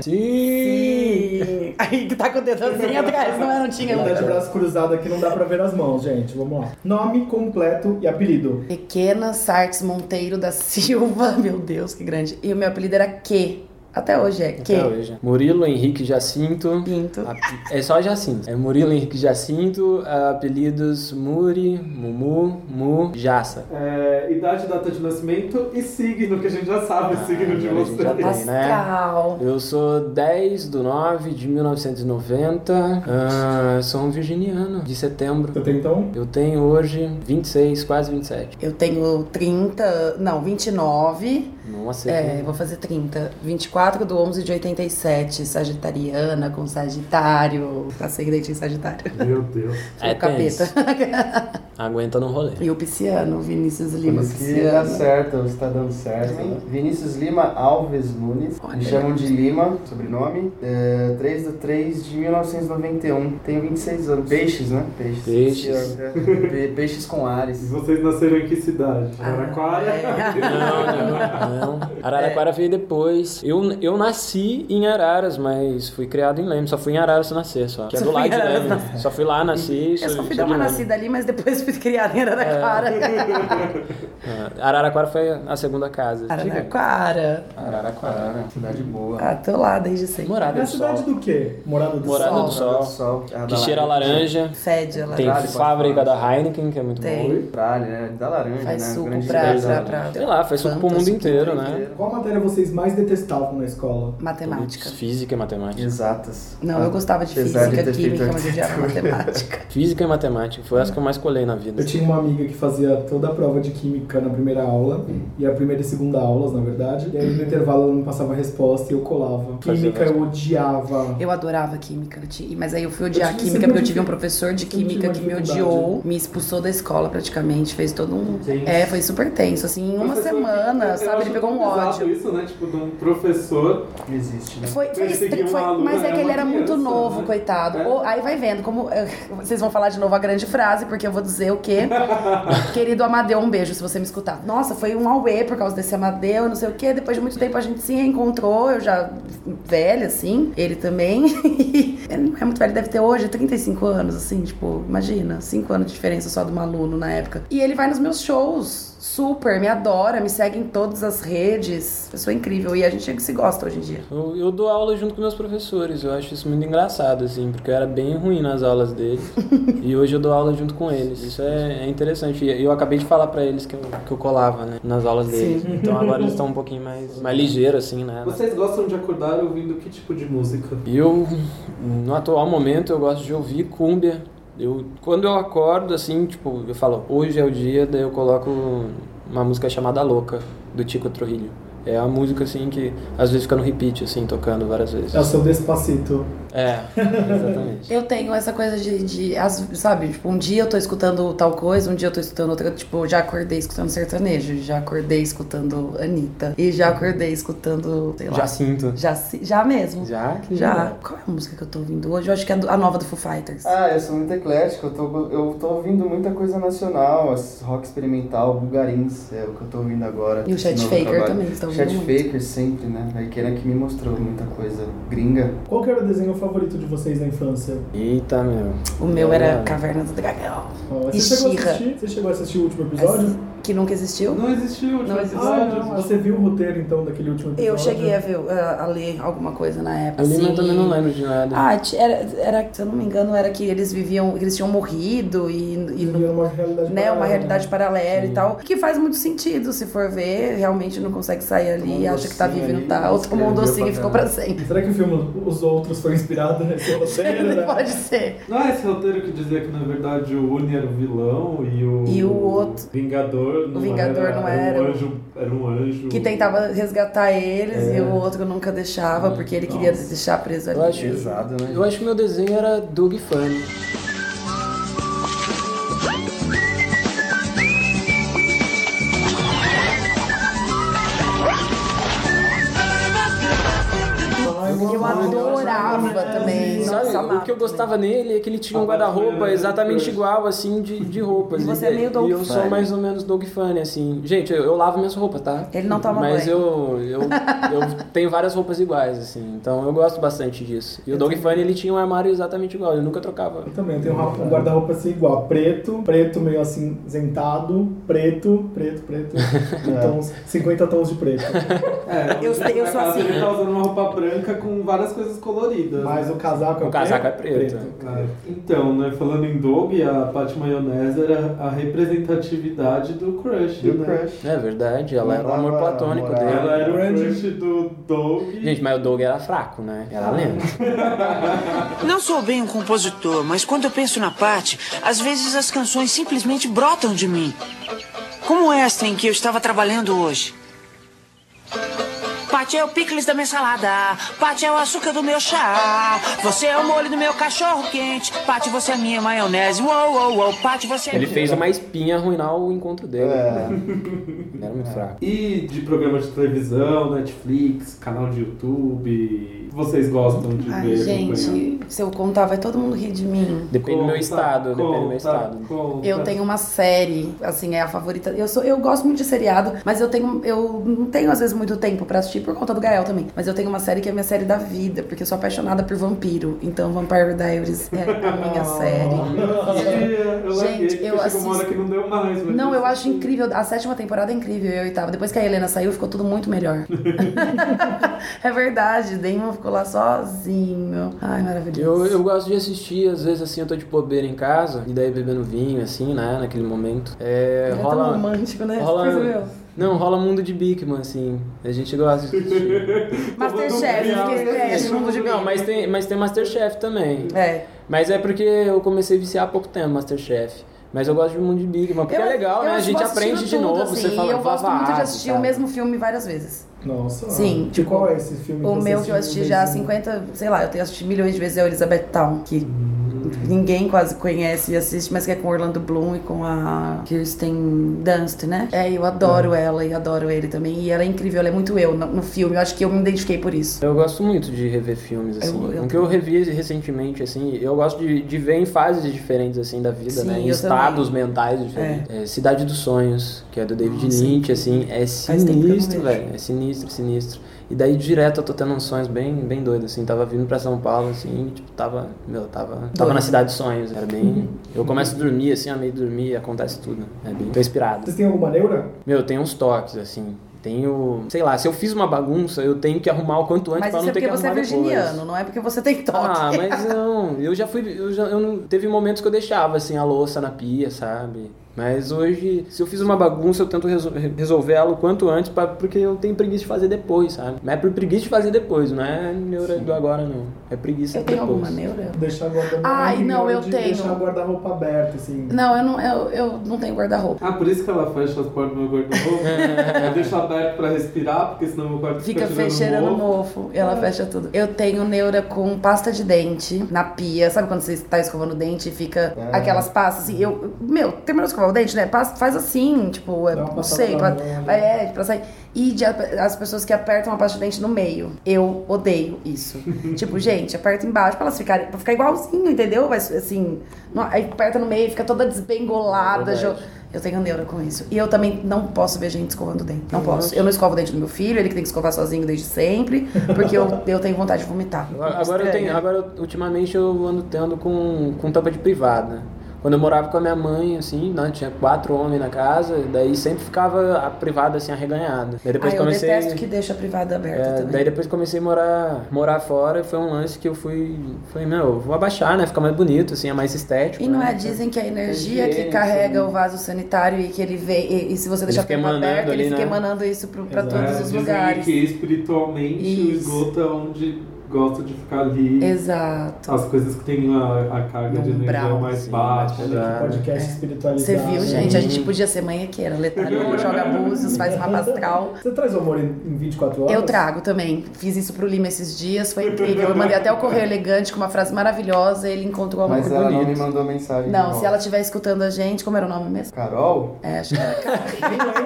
Sim. Aí que tá com o dedo assim atrás, não é? Não tinha. Ele tá de braço cruzado aqui, não dá pra ver as mãos, gente. Vamos lá. Nome completo e apelido. Pequena Sartes Monteiro da Silva. Meu Deus, que grande. E o meu apelido era Q. Até hoje é que? Até hoje. Murilo Henrique Jacinto. Pinto. É só Jacinto. É Murilo Henrique Jacinto, apelidos Muri, Mumu, Mu, Jassa. Idade, data de nascimento e signo, que a gente já sabe o signo de agora a gente já vocês. tem, né? Astral. Eu sou 10/9/1990. Sou um virginiano, de setembro. Você tem então? Eu tenho hoje 26, quase 27. Eu tenho 29. Nossa, Vou fazer 30. 24/11/87. Sagitariana, com Sagitário. Ascendente em Sagitário. Meu Deus. é O capeta. tenso. Aguenta no rolê. E o Pisciano, Vinícius Por Lima isso que dá Pisciano. certo, você tá dando certo. Vinícius Lima Alves Nunes, Olha. me chamam de Lima, sobrenome, 3/3/1991, tenho 26 anos. Peixes, né? Peixes. Peixes com E Ares. vocês nasceram em que cidade? Araraquara? Não. Araraquara veio depois. Eu nasci em Araras, mas fui criado em Leme. Só fui em Araras nascer, só. Que é Só do fui lado em de Araras Leme. nascer. Só fui lá, nasci. Eu só fui sou dar de uma Leme. nascida ali, mas depois fui criada em Araraquara. Araraquara foi a segunda casa. Araraquara. Araraquara, cidade boa. Ah, tô lá desde sempre. Morada É a do cidade Sol. do quê? Morada do Morada Sol. do Sol. Sol. Que cheira a laranja. Fede ela. Tem Caralho, fábrica pode da Heineken, que é muito Tem. bom. Austrália, né? Da laranja, Faz né? suco Grande pra- cidade. pra- Sei lá, faz suco pro mundo inteiro, né? Qual matéria vocês mais detestavam na escola? Matemática. Física e matemática. Exatas. Não, eu gostava de Apesar física, ter feito química, mas eu odiava arquitetura. matemática. Física e matemática. Foi essa que eu mais colei na vida. Eu tinha uma amiga que fazia toda a prova de química na primeira aula, e a primeira e segunda aulas, na verdade. E aí no intervalo ela não passava a resposta e eu colava. Química eu odiava. Eu adorava química, mas aí eu fui odiar Eu tive química sempre porque eu tive um uma professor de sempre química uma que me dificuldade. odiou, me expulsou da escola praticamente, fez todo um... Gente. Foi super tenso, assim, em uma Professor que- semana, eu sabe, acho ele pegou um tão pesado ódio. isso, né? Tipo, de um professor. Existe, né? Perseguir uma aluna Mas é é que ele uma era muito criança, novo, né? coitado. É. Aí vai vendo como... Vocês vão falar de novo a grande frase, porque eu vou dizer o quê? Querido Amadeu, um beijo, se você me escutar. Nossa, foi um auê por causa desse Amadeu, não sei o quê. Depois de muito tempo a gente se reencontrou, eu já velha, assim, ele também. Ele não é muito velho, deve ter hoje 35 anos, assim, tipo, imagina, 5 anos de diferença só de um aluno na época. E ele vai nos meus shows. Super, me adora, me segue em todas as redes. Pessoa incrível. E a gente se gosta hoje em dia. Eu dou aula junto com meus professores, eu acho isso muito engraçado, assim, porque eu era bem ruim nas aulas deles e hoje eu dou aula junto com eles. Isso é interessante. E eu acabei de falar pra eles que eu colava, né, nas aulas deles. Sim. Então agora eles estão um pouquinho mais ligeiros, assim, né. Vocês gostam de acordar ouvindo que tipo de música? Eu, no atual momento, eu gosto de ouvir cúmbia. Quando eu acordo, assim, tipo, eu falo, hoje é o dia, daí eu coloco uma música chamada Louca, do Chico Trujillo. É a música, assim, que às vezes fica no repeat, assim, tocando várias vezes. É o seu Despacito. É, exatamente. Eu tenho essa coisa sabe, tipo, um dia eu tô escutando tal coisa, um dia eu tô escutando outra, tipo, já acordei escutando sertanejo, já acordei escutando Anitta, e já acordei escutando, sei lá. Jacinto. Já mesmo. Já? Já. Qual é a música que eu tô ouvindo hoje? Eu acho que é a nova do Foo Fighters. Ah, eu sou muito eclético, eu tô ouvindo muita coisa nacional, rock experimental, Bulgarins, é o que eu tô ouvindo agora. E o esse Chet novo Faker trabalho. também, você tá ouvindo Chet muito. Faker sempre, né? A Ikena que me mostrou muita coisa gringa. Qual que era o desenho favorito de vocês na infância? Eita, meu. O meu era Caverna do Dragão. Ó, E você She-Ra. chegou a assistir o último episódio? Que nunca existiu? Não existiu o último Não existiu. Ah, episódio. não. Você viu o roteiro, então, daquele último episódio? Eu cheguei a ler alguma coisa na época. Ali assim, eu também não lembro de nada. Era, se eu não me engano, era que eles tinham morrido e Vivia uma realidade né, uma realidade paralela Sim. e tal. Que faz muito sentido, se for ver, realmente não consegue sair ali, acha que tá vivo e não tá. Ou tomou um docinho e ficou pra sempre. Será que o filme Os Outros foi inspirado nesse roteiro? né? Pode ser. Não é esse roteiro que dizia que na verdade o Uni era o vilão E o outro Vingador não era. Era um anjo. Que tentava resgatar eles e o outro nunca deixava, porque ele queria deixar preso ali. Eu acho, Pesado, né? eu acho que meu desenho era Doug Funny. Eu adorava também. Sabe, Nossa, o que eu eu gostava nele é que ele tinha um guarda-roupa exatamente igual, assim, de roupas. E você é meio Doug E eu sou Funny. mais ou menos Doug Funny, assim. Gente, eu lavo minhas roupas, tá? Ele não toma Mas banho. eu tenho várias roupas iguais, assim. Então eu gosto bastante disso. E o Doug Funny, ele tinha um armário exatamente igual. Ele nunca trocava. Eu também, eu tenho um guarda-roupa assim igual, preto meio acinzentado, preto. Tons, 50 tons de preto. Eu hoje sei, eu na sou casa assim. Ele tá usando uma roupa branca com várias coisas coloridas. Mas o casaco é O casaco é preto. Então, né, falando em Doug, a Paty Maionese era a representatividade do crush, Do né? crush. É verdade, ela era o amor platônico namorar. dele. Ela era o Grande. crush do Doug. Gente, mas o Doug era fraco, né? Era lento. Não sou bem um compositor, mas quando eu penso na Paty, às vezes as canções simplesmente brotam de mim. Como esta em que eu estava trabalhando hoje. Paty é o picles da minha salada, Paty é o açúcar do meu chá, você é o molho do meu cachorro quente, Paty, você é a minha maionese, uou, uou, uou, Paty, você é... Ele fez uma espinha arruinar o encontro dele. Ele era muito fraco. E de programa de televisão, Netflix, canal de YouTube, vocês gostam de Ai, ver? acompanhar? gente, se eu contar, vai todo mundo rir de mim. Depende do meu Conta, estado, depende do meu conta, estado. conta. Eu tenho uma série, assim, é a favorita. Eu gosto muito de seriado, mas eu não tenho às vezes muito tempo pra assistir por conta do Gael também. Mas eu tenho uma série que é a minha série da vida, porque eu sou apaixonada por vampiro. Então Vampire Diaries é a minha série. Eu larguei, Gente, porque eu chegou uma hora que não deu mais. mas Não, eu acho incrível. A 7ª temporada é incrível, eu e a 8ª. Depois que a Helena saiu, ficou tudo muito melhor. É verdade, Damon ficou lá sozinho. Ai, maravilhoso. Eu gosto de assistir, às vezes assim, eu tô de bobeira em casa, e daí bebendo vinho, assim, né, naquele momento. É tão romântico, né? Você percebeu? Não, rola Mundo de Bigman, assim. A gente gosta de assistir. Masterchef, esquece mundo de Não, mas tem Masterchef também. É. Mas é porque eu comecei a viciar há pouco tempo Masterchef. Mas eu gosto de Mundo de Bigman, porque é legal, né? A gente aprende de novo, você fala, E eu gosto muito de vavado, assistir sabe? o mesmo filme várias vezes. Nossa. Sim, E tipo, qual é esse filme O você meu que eu assistiu assisti já há vezes? 50, sei lá, eu tenho assistido milhões de vezes é o Elizabeth Town, que ninguém quase conhece e assiste, mas que é com Orlando Bloom e com a Kirsten Dunst, né? Eu adoro ela e adoro ele também. E ela é incrível, ela é muito eu no filme. Eu acho que eu me identifiquei por isso. Eu gosto muito de rever filmes, assim. Um que eu revi recentemente, assim, eu gosto de ver em fases diferentes, assim, da vida, Sim, né? Em eu estados também. mentais diferentes. É Cidade dos Sonhos, que é do David Nossa, Lynch, assim, é Faz tempo que eu não sinistro, vejo. velho. É sinistro. E daí direto eu tô tendo uns sonhos bem doidos, assim. Tava vindo pra São Paulo, assim, tipo, tava na Cidade dos Sonhos. Era bem... Eu começo a dormir, assim, a meio de dormir, acontece tudo. Tô inspirado. Vocês têm alguma neura? Meu, tem uns toques, assim. Tenho... Sei lá, se eu fiz uma bagunça, eu tenho que arrumar o quanto antes Mas pra isso não é ter que porque você é arrumar depois. virginiano, não é porque você tem toque. Ah, mas não. Eu não... Teve momentos que eu deixava, assim, a louça na pia, sabe? Mas hoje, se eu fiz uma bagunça, eu tento resolver ela o quanto antes, porque eu tenho preguiça de fazer depois, sabe? Mas é por preguiça de fazer depois, não é neura do agora, não. É preguiça Eu depois. tenho alguma neura? Deixar guarda-roupa. Ai, não, eu de tenho. Deixar o guarda-roupa aberto, assim. Não, eu não tenho guarda-roupa. Ah, por isso que ela fecha as portas do meu guarda-roupa? Eu deixo aberto pra respirar, porque senão meu quarto Fica cheirando cheirando mofo. mofo. Ela fecha tudo. Eu tenho neura com pasta de dente na pia. Sabe quando você está escovando o dente e fica aquelas pastas assim? Terminou de escovar o dente, né? Faz assim, tipo, Dá uma não passada sei. na mão, Pra sair. E as pessoas que apertam a pasta de dente no meio. Eu odeio isso. Tipo, gente, aperta embaixo pra ficar igualzinho, entendeu? Mas assim, aí aperta no meio e fica toda desbengolada. Eu tenho neura com isso. E eu também não posso ver gente escovando o dente. Não posso. Eu não escovo o dente do meu filho, ele que tem que escovar sozinho desde sempre, porque eu tenho vontade de vomitar. Agora, ultimamente, eu ando tendo com tampa de privada. Quando eu morava com a minha mãe, assim, né, tinha 4 homens na casa, daí sempre ficava a privada, assim, arreganhada. Daí depois Eu detesto que deixa a privada aberta também. Daí depois comecei a morar fora, foi um lance que eu falei, meu, vou abaixar, né, fica mais bonito, assim, é mais estético. E não né? dizem que a energia Higiene, que carrega assim. o vaso sanitário e que ele vem, e se você deixar a fica tampa emanando aberta, ele ali, fica né? emanando isso pra todos os Dizem lugares. que espiritualmente Isso. o esgoto é onde gosta de ficar ali. Exato. As coisas que tem a carga de energia umbral, mais sim, baixa. mais Olha pesado. que podcast espiritualizado. Você viu, gente? A gente podia ser manhequeira. Letarou, joga búzios, faz mapa astral. Você traz o amor em 24 horas? Eu trago também. Fiz isso pro Lima esses dias, foi incrível. Eu mandei até o Correio Elegante com uma frase maravilhosa, ele encontrou amor Mas ela não bonito. me mandou mensagem. Não, de se ela volta. estiver escutando a gente, como era o nome mesmo? Carol? Acho que era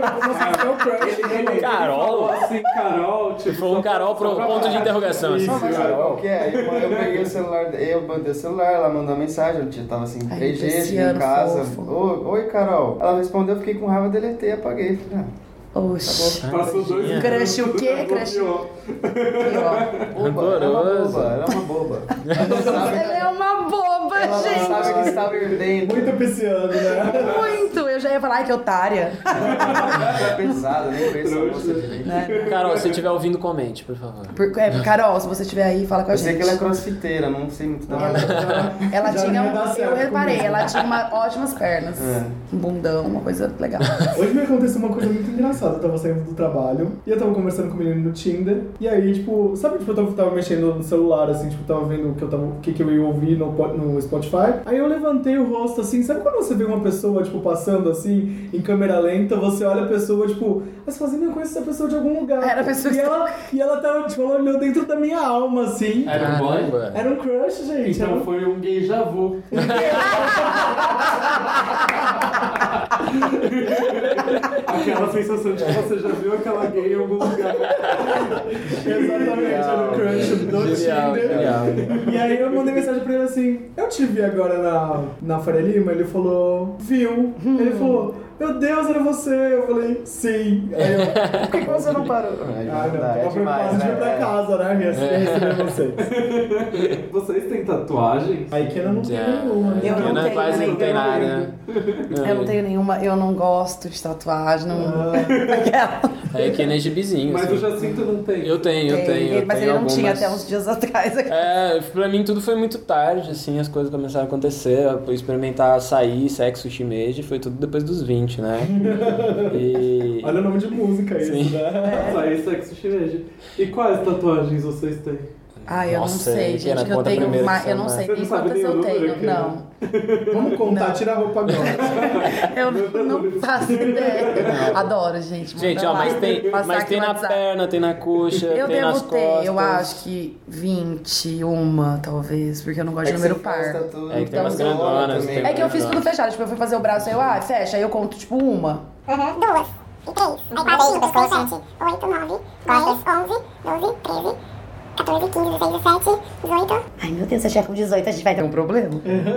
Carol? Assim, Carol, tipo, Foi um Carol pro ponto de interrogação. Isso, Assim. Carol, qual que é? Aí eu peguei o celular, eu mandei o celular, ela mandou uma mensagem, eu tava assim, 3G, cheguei em casa. Oi, Carol. Ela respondeu, eu fiquei com raiva, deletei, apaguei. Falei, Oxi. Passou 2 minutos. Crush o quê? Crush. Rancoroso. Ela é uma boba. Ela é uma boba, Ela gente. não sabe que estava ardendo. Muito pisciano, né? Muito. Eu já ia falar, ai, que otária. É pesado, nem conheço a moça direito. Carol, se estiver ouvindo, comente, por favor. Carol, se você estiver aí, fala com a Eu gente. sei que ela é crossfiteira, não sei muito da Ela Já tinha não ia dar certo eu reparei, comigo. ela tinha ótimas pernas. Um bundão, uma coisa legal. Hoje me aconteceu uma coisa muito engraçada. Eu tava saindo do trabalho e eu tava conversando com o menino no Tinder. E aí, tipo, sabe, tipo, eu tava mexendo no celular, assim, tipo, tava vendo o que eu ia ouvir no Spotify. Aí eu levantei o rosto, assim, sabe quando você vê uma pessoa, tipo, passando, assim, em câmera lenta, você olha a pessoa, tipo, você fala assim, eu conheço essa pessoa de algum lugar. Era a pessoa e ela tava, tipo, ela olhou dentro da minha alma, assim. Era um boy? Era um crush, gente. Então foi um gay javu. Aquela sensação de que você já viu aquela gay em algum lugar. Exatamente, era um crush do Genial, Tinder. genial. E aí eu mandei mensagem pra ele assim, eu te vi agora na Faria Lima, ele falou, viu? Ele falou, meu Deus, era você. Eu falei, sim. Aí eu, Por que você não parou? ah, não, tava preocupado de ir pra casa, né? Receber vocês. Vocês têm tatuagem? A Ikena não tem nenhuma. né? Eu não Ikena tenho quase não nenhuma. tem nada, né? Eu não tenho nenhuma, eu não gosto de tatuagem, não. A Ikena é gibizinho. Mas assim. o Jacinto não tem. Eu tenho. Mas tenho ele não tinha algumas. até uns dias atrás. Pra mim tudo foi muito tarde, assim, as coisas começaram a acontecer, eu experimentar açaí, sexo, shimeji, foi tudo depois dos 20, né? E... Olha o nome de música isso, Sim. né? Aí, sexo shimeji. E quais tatuagens vocês têm? Ai, eu Nossa, não sei, Ikena, gente, que eu conta tenho primeiro uma. que Eu não você sei não nem sabe quantas nem o eu número, tenho. Ikena? Não. Vamos contar, Não. tira a roupa agora. Eu não faço ideia. Adoro, gente. Gente, manda ó, lá. mas Passar aqui tem no na WhatsApp. perna, tem na coxa, Eu tem nas devo ter, costas. eu acho que 21, talvez, porque eu não gosto de número par. É que tem umas grandonas. tem É que eu fiz umas tudo fechado, tipo, eu fui fazer o braço, aí eu, fecha, aí eu conto, tipo, uma. Duas. E três. Aí parei no pescoço. 7, 8, 9, 10, 11, 12, 13, 14, 15, 16, 17, 18. Ai, meu Deus, se eu chegar com 18, a gente vai ter um problema.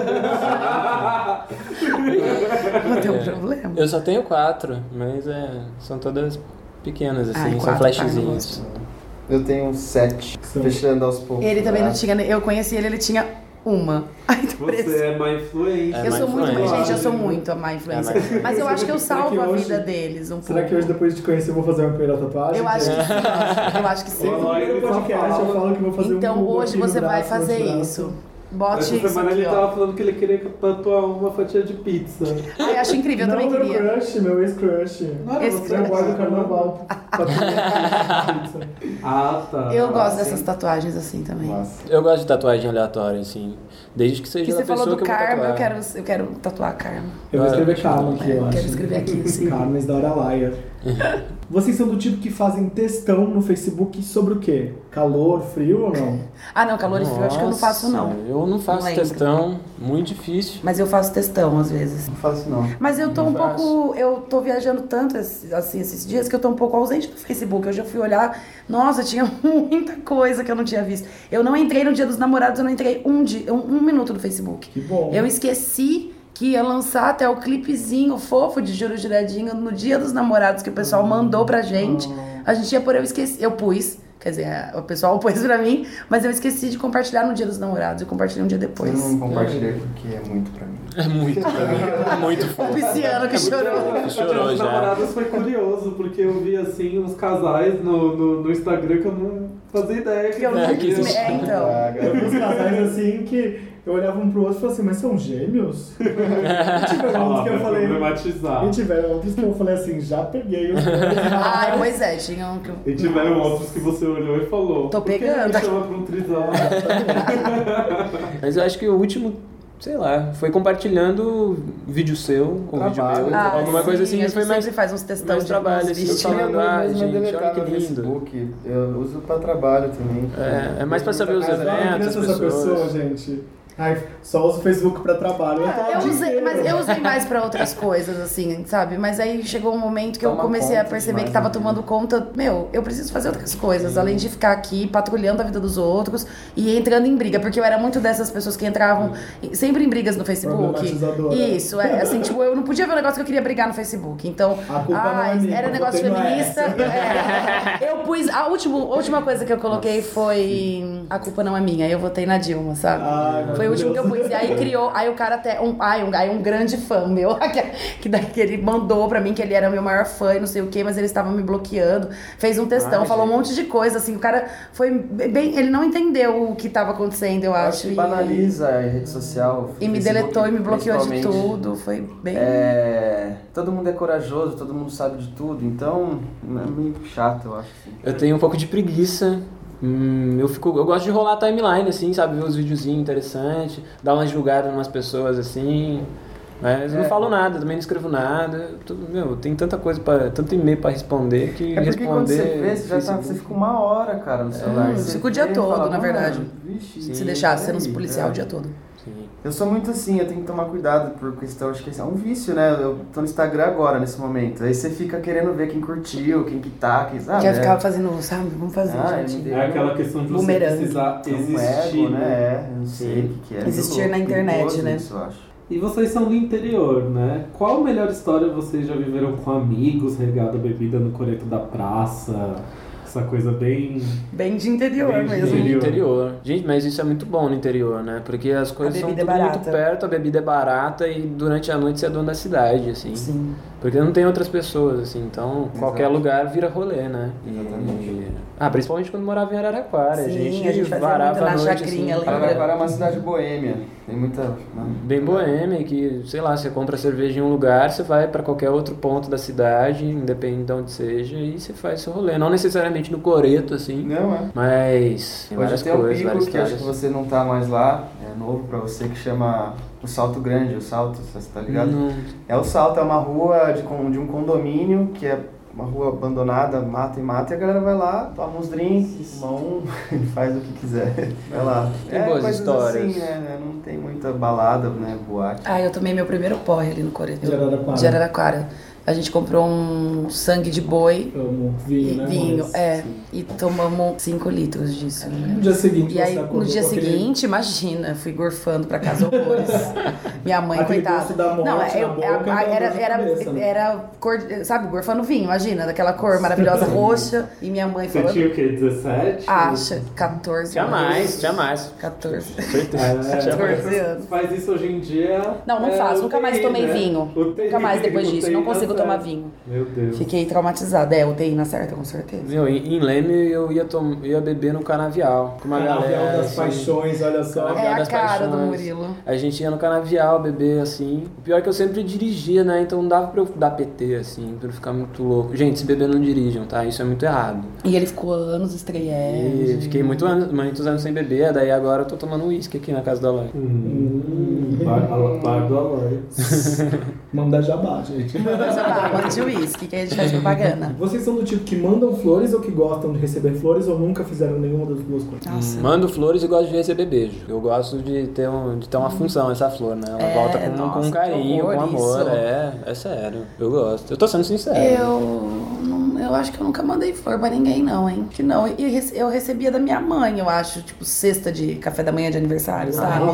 Não tem um problema. Eu só tenho 4, mas são todas pequenas, assim, Ai, são 4, flashzinhos. Eu tenho 7, fechando aos poucos. Ele também não tinha, eu conheci ele tinha uma. Ai, Você é má influência. É eu má sou muito, influência. gente, eu sou muito a má influência. É má influência. Mas eu acho que eu Será salvo que a hoje- vida deles um pouco. Será que hoje, depois de conhecer, eu vou fazer uma primeira tatuagem? Eu acho que sim. Eu acho que sim. Sempre no primeiro podcast eu falo que vou fazer Então um hoje aqui no você vai braço, no fazer braço. isso. Bote Essa isso semana aqui, ele ó. tava falando que ele queria tatuar uma fatia de pizza. Ai, acho incrível, eu Não, também meu queria. crush, meu ex-crush. Ex-crush. Meu boy do carnaval. Ah, tá. Eu gosto dessas tatuagens assim também. Eu gosto de tatuagem aleatória, assim. Desde que seja Que da você pessoa falou do que eu vou Karma, tatuar. eu quero tatuar a Karma. Eu vou escrever Karma aqui, eu acho. Quero escrever aqui, sim. Karma is not a liar. Vocês são do tipo que fazem textão no Facebook sobre o quê? Calor, frio ou não? Ah, não, calor e frio, acho que eu não faço, não. Nossa, Eu não faço Não lembro. textão, muito difícil. Mas eu faço textão, às vezes. Não faço não. Mas eu tô Não um faço. pouco... Eu tô viajando tanto, assim, esses dias, que eu tô um pouco ausente do Facebook. Eu já fui olhar... Nossa, tinha muita coisa que eu não tinha visto. Eu não entrei no Dia dos Namorados, eu não entrei um minuto no Facebook. Que bom. Eu esqueci que ia lançar até o clipezinho fofo de Juro Juradinho no Dia dos Namorados que o pessoal mandou pra gente. A gente ia por eu esqueci. Eu pus, quer dizer, o pessoal pôs pra mim, mas eu esqueci de compartilhar no Dia dos Namorados. Eu compartilhei um dia Eu depois. não compartilhei porque é muito pra mim. É muito pra mim. Muito O fofo. Pisciano que chorou. Chorou Os já. namorados foi curioso, porque eu vi assim uns casais no Instagram que eu não fazia ideia que Que eu não É, que quis. existe. Então. Eu vi uns casais assim que eu olhava um pro outro e falava assim, mas são gêmeos? E tiveram outros que eu falei. problematizar. E tiveram outros que eu falei assim, já peguei os dois. Ai, pois é, tinha um que eu... E tiveram outros que você olhou e falou. Tô "Por que pegando." me chama pra um trisal? Mas eu acho que o último, sei lá, foi compartilhando vídeo seu com vídeo Trabalho. meu. alguma coisa assim, a gente foi mais sempre faz uns textão mais de trabalho, alguns assim, Eu vídeos. só- tinha falando, mas gente, deletar olha que no lindo. Facebook. Eu uso pra trabalho também. É mais pra saber os Mas eu não eventos, as conheço essa pessoa, pessoas. gente. Ai, só uso o Facebook pra trabalho. Eu usei mais pra outras coisas, assim, sabe? Mas aí chegou um momento que eu comecei a perceber que tava tomando conta. Meu, eu preciso fazer outras coisas, além de ficar aqui patrulhando a vida dos outros e entrando em briga, porque eu era muito dessas pessoas que entravam sempre em brigas no Facebook. Isso, assim, tipo, eu não podia ver um negócio que eu queria brigar no Facebook. Então, a culpa não é minha, era negócio feminista. Eu pus. A última coisa que eu coloquei foi A Culpa Não É Minha. Eu votei na Dilma, sabe? Foi o último que eu pus. E aí criou. Aí o cara até. Um grande fã meu, que ele mandou pra mim que ele era meu maior fã e não sei o quê, mas ele estava me bloqueando. Fez um textão, falou um monte de coisa, assim. O cara foi bem. Ele não entendeu o que tava acontecendo, eu acho. Que banaliza a rede social. E me deletou e me bloqueou de tudo. Foi bem. Todo mundo é corajoso, todo mundo sabe de tudo, então é meio chato, eu acho. Assim. Eu tenho um pouco de preguiça. Eu gosto de rolar a timeline, assim, sabe? Ver os videozinhos interessantes, dar uma julgada em umas pessoas, assim. Mas eu não falo nada, também não escrevo nada. Tem tanta coisa, tanto e-mail pra responder que porque responder... quando você vê, você fica 1 hora, cara, no celular. Você fica o dia todo, na verdade. Vixe, se deixar sendo policial o dia todo. Sim. Eu sou muito assim, eu tenho que tomar cuidado por questão, acho que é um vício, né? Eu tô no Instagram agora, nesse momento. Aí você fica querendo ver quem curtiu, quem que tá, quem sabe. Quer ficar fazendo, sabe? Vamos fazer, gente. É aquela questão de você precisar existir, ego, né? Eu não sei o que é. Existir na internet, né? Isso, eu acho. E vocês são do interior, né? Qual a melhor história vocês já viveram com amigos, regado a bebida no coreto da praça? Essa coisa bem de interior mesmo. De interior. Gente, mas isso é muito bom no interior, né? Porque as coisas são tudo muito perto, a bebida é barata e durante a noite você é dono da cidade, assim. Sim. Porque não tem outras pessoas, assim, então qualquer lugar vira rolê, né? Exatamente. Principalmente quando morava em Araraquara. Sim, a gente varava muito na noite, chacrinha, assim. Araraquara é uma cidade boêmia. Tem muita... Bem boêmia, que, sei lá, você compra cerveja em um lugar, você vai pra qualquer outro ponto da cidade, independente de onde seja, e você faz seu rolê. Não necessariamente no coreto, assim. Não, é. Mas tem várias Hoje tem coisas, um várias pico que acho histórias. que você não tá mais lá, é novo pra você, que chama o Salto Grande, você tá ligado? Não. É o Salto, é uma rua de um condomínio, que é uma rua abandonada, mata e a galera vai lá, toma uns drinks, fuma faz o que quiser. Vai lá. Tem boas histórias. Assim, né? Não tem muita balada, né? Boate. Eu tomei meu primeiro porre ali no coreto. De Araraquara. A gente comprou um sangue de boi. Vinho, né? Vinho, e tomamos 5 litros disso. No dia seguinte, e aí, no dia seguinte, imagina, fui gorfando pra casa horrores. Minha mãe, aquele coitada. gosto da morte na boca, era cor, sabe, gorfando vinho, imagina, daquela cor maravilhosa roxa. E minha mãe falou. Você tinha o quê? 17? Acha, 14 anos. Jamais. 14. 14 anos. Faz isso hoje em dia. Não faço, nunca mais tomei vinho. Nunca mais depois disso, não consigo tomar vinho. Meu Deus. Fiquei traumatizada. UTI na certa, com certeza. Em Leme eu ia beber no Canavial. Com uma galera. Das paixões, olha só. A cara do Murilo. A gente ia no Canavial beber, assim. O pior é que eu sempre dirigia, né? Então não dava pra eu dar PT, assim, pra eu ficar muito louco. Gente, se beber não dirijam, tá? Isso é muito errado. E ele ficou anos estreando. E fiquei muitos anos sem beber, daí agora eu tô tomando uísque aqui na casa da Aloy. Bar do Aloy. Manda jabá, gente. Manda de uísque, que a gente faz propaganda. Vocês são do tipo que mandam flores ou que gostam de receber flores ou nunca fizeram nenhuma das duas coisas? Mando flores e gosto de receber beijo. Eu gosto de ter uma função essa flor, né? Ela volta com um carinho, com amor. É sério. Eu gosto. Eu tô sendo sincero. Eu acho que eu nunca mandei flor pra ninguém, não, hein? Que não. Eu recebia da minha mãe, eu acho, tipo, cesta de café da manhã de aniversário, sabe?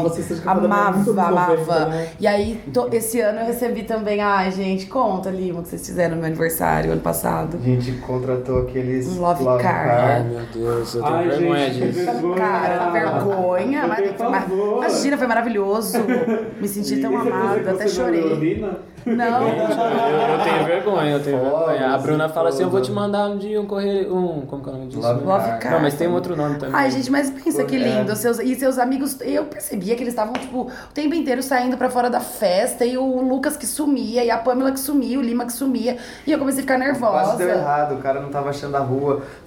Amava. Né? E aí, esse ano eu recebi também, gente, conta, Lima, o que vocês fizeram no meu aniversário, ano passado. A gente contratou aqueles... Um love car. Ai, meu Deus, eu tenho vergonha disso. Cara, vergonha. Imagina, foi maravilhoso. Me senti tão amada, até chorei. Não. Eu tenho vergonha. A Bruna fala assim, eu vou te mandar um dia como que é o nome disso? Love car. Não, mas tem um outro nome também. Ai, gente, mas pensa que lindo. Seus amigos, eu percebia que eles estavam, tipo, o tempo inteiro saindo pra fora da festa, e o Lucas que sumia, e a Pamela que sumia, o Lima que sumia, e eu comecei a ficar nervosa. Quase deu errado, o cara não tava achando a rua.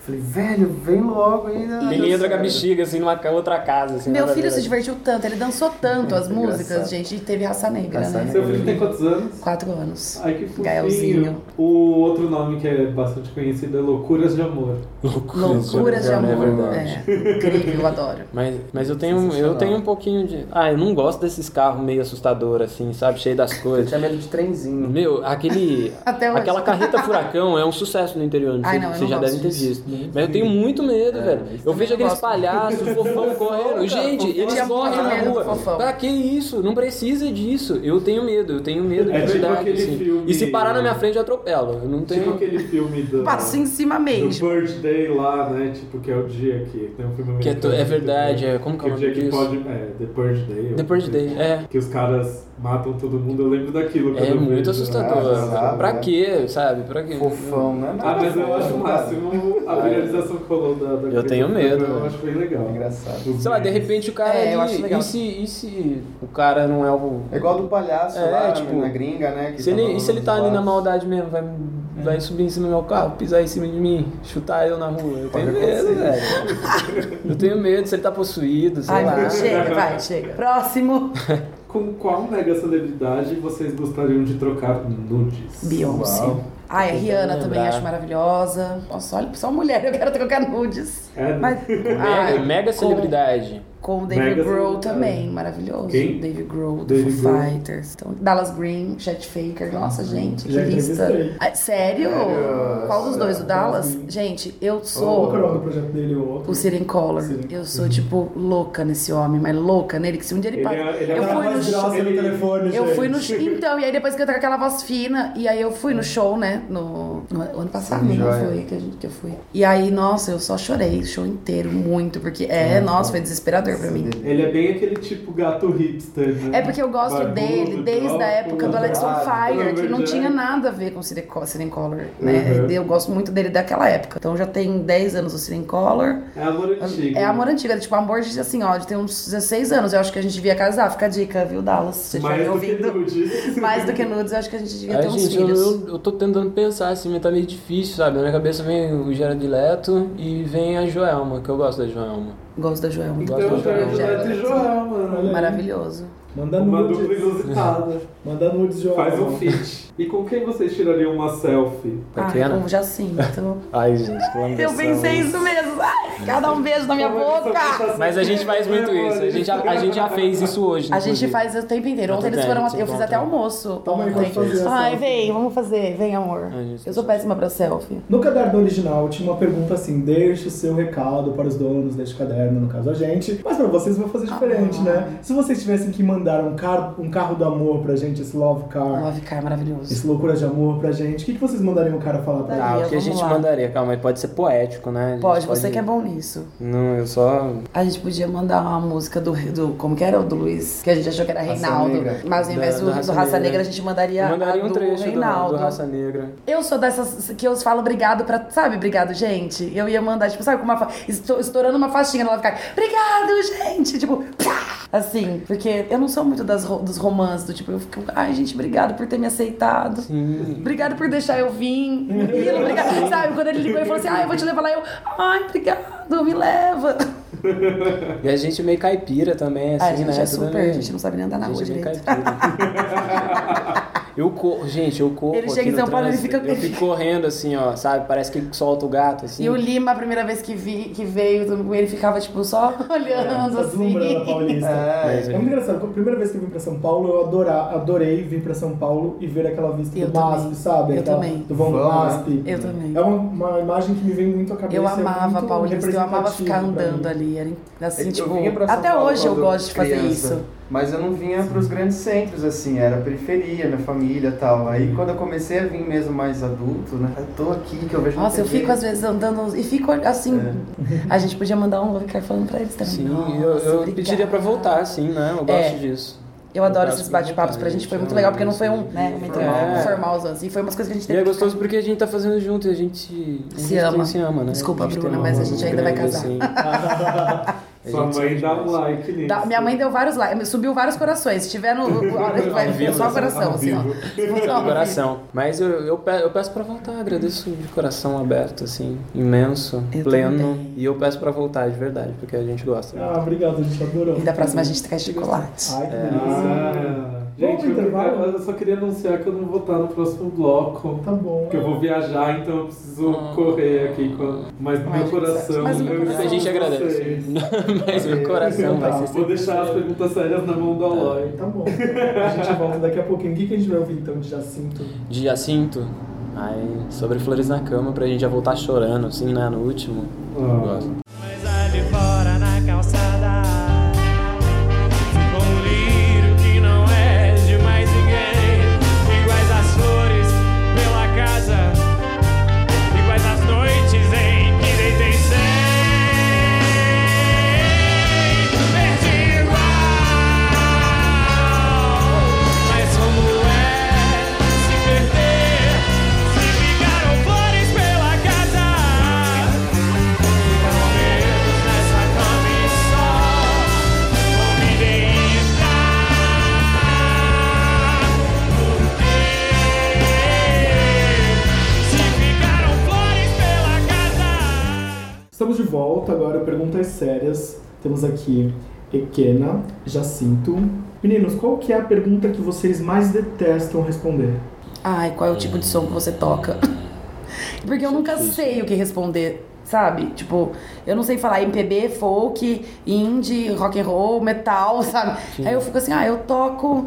Falei, velho, vem logo ainda. Ele entra com a bexiga, assim, numa outra casa. Assim, Meu nada a filho ver. se divertiu tanto, ele dançou tanto as músicas, Engraçado. gente, e teve Raça Negra, Raça né? Seu filho tem quantos anos? 4 anos. Ai, que fofinho. Gaelzinho. O outro nome que é bastante conhecido é Loucuras de Amor. Loucuras de É amor. verdade. É, incrível, eu adoro. Mas eu tenho um pouquinho de... eu não gosto desses carros meio assustadores, assim, sabe? Cheio das Eu coisas. tinha medo de trenzinho. Meu, Até hoje. aquela carreta furacão é um sucesso no interior, Ai, não, eu vocês não já gosto devem ter disso. visto. Mas eu tenho muito medo, velho. Eu vejo também aqueles não gosto. palhaços, fofão correndo. Gente, eles tinha correm muito na medo do rua. fofão. Pra que isso? Não precisa disso. Eu tenho medo de É tipo verdade. aquele assim. filme- E se parar na minha frente, eu atropelo. Eu não tenho... Tipo aquele filme do... Passo em cima do mesmo. Birthday lá, né? Tipo, que é o dia que tem um filme Que é americano. verdade, como que é o o dia nome que disso? pode... The Birthday. The Birthday, é. Que os caras matam todo mundo. Eu lembro daquilo. quando É eu muito vejo. assustador. sabe, Pra né? quê, sabe? Pra quê? Fofão, né? Ah, mas eu acho o fofo, máximo a viralização que rolou da Eu tenho medo, Eu né? acho bem legal. Engraçado. Os Sei lá, de memes. repente o cara É, eu ali, acho legal. e se o cara não é o... É igual do palhaço É, lá tipo, na gringa, né? que Se ele, tava e se ele tá ali zoado. na maldade mesmo, vai subir em cima do meu carro, pisar em cima de mim, chutar eu na rua. Eu tenho medo, velho. Eu tenho medo se ele tá possuído, sei Ai, lá. chega, vai, chega. Próximo. Com qual mega celebridade vocês gostariam de trocar nudes? Beyoncé. Uau. Ah, é Rihanna Tentando também, lembrar. acho maravilhosa. Nossa, olha, só mulher, eu quero trocar nudes. É, né? Mas, Mega celebridade. Com o David Mega Grohl celebridade. também, maravilhoso. Quem? David Grohl, do David Foo Grohl. Fighters. Então, Dallas Green, Chet Faker. Nossa, gente, que Já lista. entrevistei. Ah, sério? Sério? Qual dos dois? O Dallas? Green. Gente, eu Qual sou... que é o nome do projeto dele ou outro? O Siren Collar. Siren. Eu sou, tipo, louca nesse homem, mas louca nele, que se um dia ele Ele passa... é- ele é eu uma fui no voz show... grossa no telefone, Eu gente. fui no show. Então, e aí depois que eu tô com aquela voz fina, e aí eu fui no show, né? No ano passado, Sim, não joia. foi que eu fui. E aí, nossa, eu só chorei o show inteiro, muito, porque nossa, foi desesperador pra mim. Ele é bem aquele tipo gato hipster, né? É porque eu gosto Barbudo, dele desde a próprio, época do Alex on Fire, que não verdade. tinha nada a ver com o Siren Collar, né? Uhum. Eu gosto muito dele daquela época. Então já tem 10 anos o Siren Collar. É amor antigo. É amor antigo, é tipo amor de assim, ó, de ter uns 16 anos. Eu acho que a gente devia casar. Fica a dica, viu, Dallas? Se você estiver Mais me do que ouvindo. nudes. Mais do que nudes, eu acho que a gente devia ter Ai, uns gente, filhos. eu tô tentando pensar assim, mas tá meio difícil, sabe? Na minha cabeça vem o Gerard Leto e vem a Joelma, que eu gosto da Joelma. Gosto da Joelma. Então, Gosto da Jared Jared Leto e Leto. Joelma, né? Maravilhoso. Manda Uma dupla nudes. inusitada. Manda nudes, João. Faz um feat. E com quem vocês tirariam uma selfie? Pequena? Ai, com Jacinto. Ai, gente, que lambeção. Eu pensei isso mesmo. Ai, cada um beijo na minha boca. Mas a gente faz muito isso, a gente já fez isso hoje. A gente inclusive. faz o tempo inteiro. Ontem eles foram. Eu fiz até almoço. Toma aí, ontem. vamos fazer essa Ai, selfie. vem, vamos fazer. Vem, amor. Ai, gente, Eu sou péssima pra selfie. No caderno original tinha uma pergunta assim: deixe o seu recado para os donos deste caderno, no caso a gente. Mas pra vocês vai fazer diferente, né? Se vocês tivessem que mandar um carro do amor pra gente, esse Love Car, Love Car, maravilhoso. esse Loucura de Amor pra gente, o que vocês mandariam o cara falar pra Ah, gente? o que a Vamos gente lá. mandaria? Calma, pode ser poético, né? A gente Pode, você que é bom nisso. Não, eu só... A gente podia mandar uma música do como que era o do Luiz? Que a gente achou que era Raça Reinaldo. Negra. Mas ao invés Da do Raça Raça Negra. Negra, a gente mandaria, Eu mandaria a um do trecho Reinaldo. do Raça Negra. Eu sou dessas que eu falo obrigado pra... Sabe, obrigado, gente? Eu ia mandar, tipo, sabe, com uma estourando uma faixinha, ela ficar, obrigado, gente! Tipo, pá! Assim, porque eu não sou muito dos romances, do tipo, eu fico, ai, gente, obrigado por ter me aceitado. Sim. Obrigado por deixar eu vir. E ele, obrigado. Sabe, quando ele ligou e falou assim, ai, eu vou te levar lá, eu, ai, obrigado, me leva. E a gente meio caipira também, assim, Ai, a gente né? é Tudo super, meio- a gente não sabe nem andar na a rua gente é meio direito. caipira. Eu corro, gente, eu corro Ele aqui chega em no São Paulo, ele trânsito, fica- eu fico correndo assim, ó, sabe? Parece que solta o gato, assim. E o Lima, a primeira vez que veio, ele ficava, tipo, só olhando Essa deslumbrando a assim. paulista. É, É muito engraçado. A primeira vez que eu vim pra São Paulo, eu adorei vir pra São Paulo e ver aquela vista Eu do MASP, também. sabe? Eu Aquela- também. Do vão do Vão, né? MASP. Eu também. É uma imagem que me vem muito à cabeça. Eu é amava muito Paulista, eu amava ficar representativo pra andando mim. ali. Era assim, Eu tipo. vinha pra São Até Paulo hoje eu quando gosto de fazer criança, isso. Mas eu não vinha pros grandes centros, assim, era periferia, minha família e tal. Aí quando eu comecei a vir mesmo mais adulto, né? Eu tô aqui, que eu vejo na Nossa, eu TV. fico às vezes andando e fico assim. A gente podia mandar um Love Car falando pra eles também. Sim, Nossa, eu obrigada. pediria pra voltar, assim, né? Eu gosto disso. Eu adoro Eu esses gosto bate-papos, muito, pra gente foi muito gente, legal, porque não foi assim, uma entrevista É. formal, assim, foi umas coisas que a gente E teve é que gostoso porque a gente tá fazendo junto e a gente Se ama. se ama, né? Desculpa, A gente Bruna, tem um mas a amor gente ainda vai grande, casar. assim. Sua mãe dá um like nisso. Minha mãe deu vários likes, subiu vários corações. Se tiver no. Vai só o coração, assim, ó. No coração. Mas eu peço pra voltar, agradeço de coração aberto, assim, imenso, pleno. também. E eu peço pra voltar de verdade, porque a gente gosta. Obrigado, a gente adorou. E da próxima a gente traz chocolate. Ai, que delícia. Gente, Vamos pro intervalo? eu só queria anunciar que eu não vou estar no próximo bloco. Tá bom. Porque eu vou viajar, então eu preciso correr aqui. Mas no meu coração. Mas no meu coração. A gente agradece. Mas meu coração vai ser Vou deixar as perguntas sérias na mão do Aloy. Tá bom. A gente volta daqui a pouquinho. O que a gente vai ouvir então de Jacinto? De Jacinto, sobre Flores na Cama, pra gente já voltar chorando, assim, né, no último. Eu gosto. Mas ali fora na calçada ficou um lírio que não é de mais ninguém. Iguais as flores pela casa, iguais as noites em que deitei sem. Verde igual, mas como é se perder? Se ficaram flores pela casa, ficaram medos nessa cama e só não me dei se ficaram flores pela casa. Estamos de volta agora, perguntas sérias. Temos aqui Ekena, Jacinto. Meninos, qual que é a pergunta que vocês mais detestam responder? Ai, qual é o tipo de som que você toca? Porque eu nunca sei o que responder, sabe? Tipo, eu não sei falar MPB, folk, indie, rock and roll, metal, sabe? Aí eu fico assim, eu toco.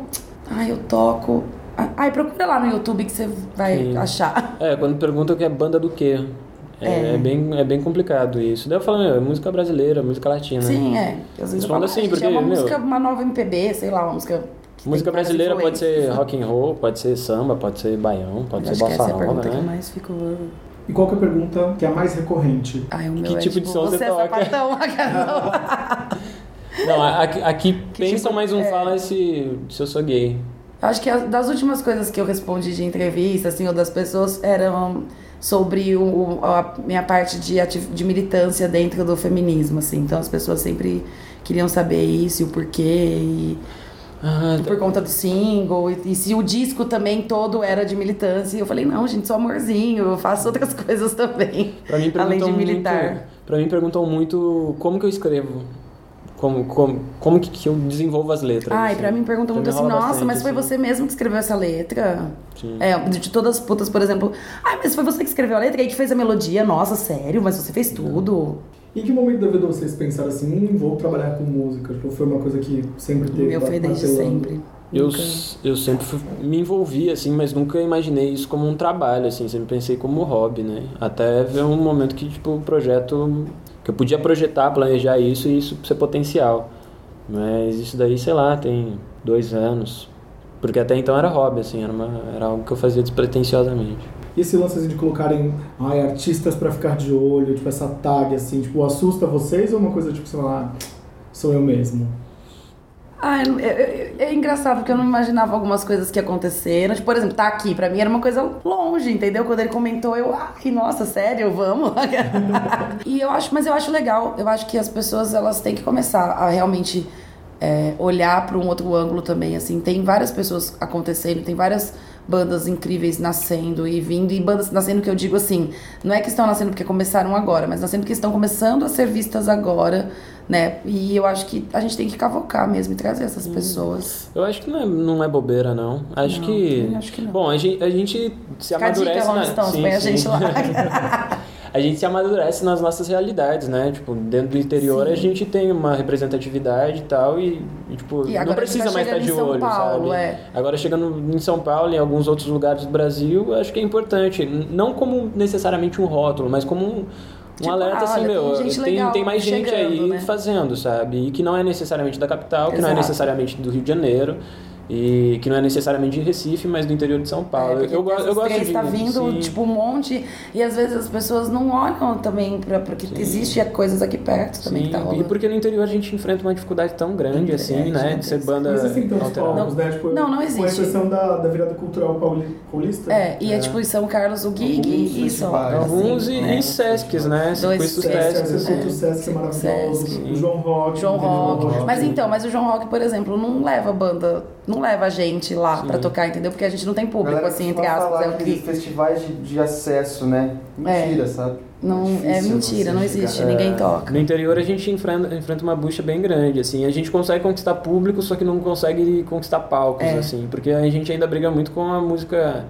Ai, procura lá no YouTube que você vai achar. Quando perguntam que é banda do quê? É bem complicado isso. Daí eu falo, é música brasileira, música latina. Sim, Às vezes eu Respondo falo, assim, gente, porque, é uma música, uma nova MPB, sei lá, uma música... que Música tem várias brasileira pode ser influências. rock and roll, pode ser samba, pode ser baião, pode Eu ser acho que bossa essa é a nova, pergunta que eu né? mais fico... E qual que é a pergunta que é a mais recorrente? Ai, o meu Que é tipo de som você você é toca? sapatão. Não, aqui pensam, tipo, mas não fala se eu sou gay. Acho que das últimas coisas que eu respondi de entrevista, assim, ou das pessoas, eram sobre a minha parte de militância dentro do feminismo, assim. Então as pessoas sempre queriam saber isso e o porquê, e por conta do single, e se o disco também todo era de militância. E eu falei, não, gente, sou amorzinho, eu faço outras coisas também, Pra mim além de perguntam militar. Pra mim perguntam muito como que eu escrevo. Como que eu desenvolvo as letras. Ah, e assim. pra mim perguntam muito assim, rola nossa, bastante, mas foi assim. você mesmo que escreveu essa letra? Sim. De todas as putas, por exemplo. Ai, mas foi você que escreveu a letra e aí que fez a melodia? Nossa, sério? Mas você fez tudo? Em que momento da vida vocês pensaram assim, vou trabalhar com música? Ou foi uma coisa que sempre teve? O meu foi desde sempre. Eu sempre me envolvi, assim, mas nunca imaginei isso como um trabalho, assim. Sempre pensei como hobby, né? Até ver um momento que, tipo, o projeto... Que eu podia projetar, planejar isso e isso ser potencial. Mas isso daí, sei lá, tem 2 anos. Porque até então era hobby, assim, era algo que eu fazia despretensiosamente. E esse lance assim, de colocarem artistas pra ficar de olho, tipo essa tag, assim, tipo, assusta vocês ou uma coisa tipo, sei lá, sou eu mesmo? É engraçado porque eu não imaginava algumas coisas que aconteceram. Tipo, por exemplo, tá aqui, pra mim era uma coisa longe, entendeu? Quando ele comentou, ai, nossa, sério, vamos? Mas eu acho legal. Eu acho que as pessoas, elas têm que começar a realmente olhar pra um outro ângulo também, assim. Tem várias pessoas acontecendo, tem várias bandas incríveis nascendo e vindo, e bandas nascendo que eu digo assim, não é que estão nascendo porque começaram agora, mas nascendo porque estão começando a ser vistas agora, né? E eu acho que a gente tem que cavocar mesmo e trazer essas pessoas. Eu acho que não é bobeira, não. Acho que não. Bom, a gente se amadurece... Fica a dica, Rolling põe a gente lá. A gente se amadurece nas nossas realidades, né? Tipo, dentro do interior a gente tem uma representatividade e tal, e tipo, E agora não precisa mais estar de em São olho, Paulo, sabe? Agora chegando em São Paulo e em alguns outros lugares do Brasil, eu acho que é importante. Não como necessariamente um rótulo, mas como um alerta assim, olha, tem mais gente chegando, aí né? fazendo, sabe? E que não é necessariamente da capital, que não é Exato. necessariamente do Rio de Janeiro. e que não é necessariamente de Recife, mas do interior de São Paulo. Eu gosto de... tá vindo, sim. tipo, um monte, e às vezes as pessoas não olham também, porque existe coisas aqui perto também que tá rolando. E porque no interior a gente enfrenta uma dificuldade tão grande, assim, né, de ser banda Não existem tantos alternativa. palcos, né? Tipo, Não com existe. exceção da virada cultural paulista. E é tipo em São Carlos o Gig e só. Alguns e Sescs, né? Circuitos Sescs. O Sesc é maravilhoso, o João Rock. Mas o João Rock, por exemplo, não leva banda, não leva a gente lá pra tocar, entendeu? Porque a gente não tem público, Galera, assim, entre costuma aspas. falar É o aqueles que... festivais de acesso, né? Mentira, sabe? Não, é difícil mentira, você não existe, chegar- ninguém toca. No interior a gente enfrenta uma bucha bem grande, assim. A gente consegue conquistar público, só que não consegue conquistar palcos, assim. Porque a gente ainda briga muito com a música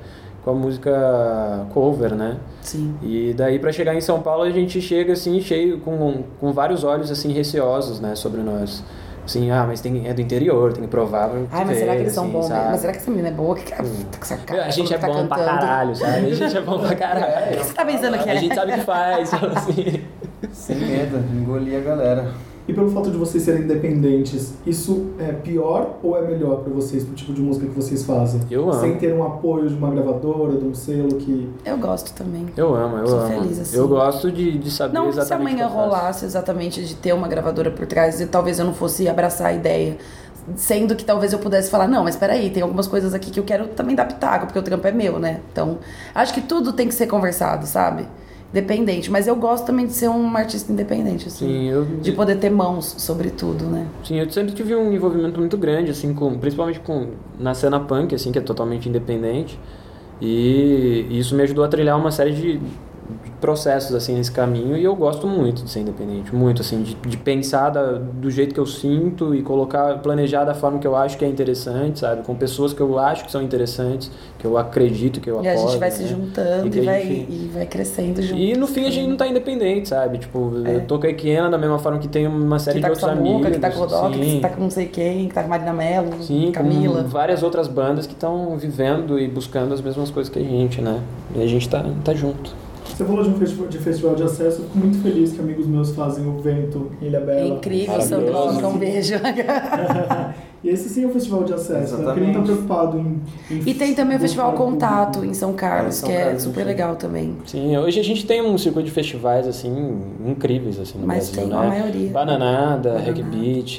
cover, né? Sim. E daí pra chegar em São Paulo a gente chega assim cheio com vários olhos assim receosos, né, sobre nós. Assim, mas é do interior, tem que provar. Mas será que eles são bons? sabe? Mas será que essa menina é boa? Que tá com essa cara? A gente é tá bom pra cantando? caralho, sabe? A gente é bom pra caralho. O que você tá pensando que é? A gente sabe o que faz, assim. Sem medo, engolir a galera. E pelo fato de vocês serem independentes, isso é pior ou é melhor pra vocês, pro tipo de música que vocês fazem? Eu amo. Sem ter um apoio de uma gravadora, de um selo que... Eu gosto também. Eu amo. Sou feliz, assim. Eu gosto de saber Não, exatamente se amanhã o que eu faço. rolasse exatamente de ter uma gravadora por trás, e talvez eu não fosse abraçar a ideia. Sendo que talvez eu pudesse falar, não, mas peraí, tem algumas coisas aqui que eu quero também dar pitaco, porque o trampo é meu, né? Então, acho que tudo tem que ser conversado, sabe? Dependente. Mas eu gosto também de ser um artista independente, assim. Sim, de poder ter mãos sobre tudo, né? Sim, eu sempre tive um envolvimento muito grande, assim, principalmente na cena punk, assim, que é totalmente independente. E isso me ajudou a trilhar uma série de processos, assim, nesse caminho. E eu gosto muito de ser independente, muito, assim, de pensar do jeito que eu sinto e planejar da forma que eu acho que é interessante, sabe? Com pessoas que eu acho que são interessantes, que eu acredito, que eu apoio. E a gente vai né? se juntando e vai crescendo junto. E no fim a gente não tá independente, sabe? Tipo, eu tô com a Equiana da mesma forma que tem uma série de outros amigos. Que tá com o Samuca, que tá com não sei quem, que tá com Marina Mello, Camila. Com várias outras bandas que estão vivendo e buscando as mesmas coisas que a gente, né? E a gente tá junto. Você falou de festival de acesso, eu fico muito feliz que amigos meus fazem o Vento em Ilha Bela. É incrível, Sandroca, um beijo. E esse sim é um festival de acesso, né? Porque ele não tá preocupado em E tem também o Festival Contato em São Carlos, São que é Carlos, super legal também. Sim, hoje a gente tem um circuito de festivais, assim, incríveis, assim, no Mas Brasil, tem né? a maioria. Bananada, Reggae Beat,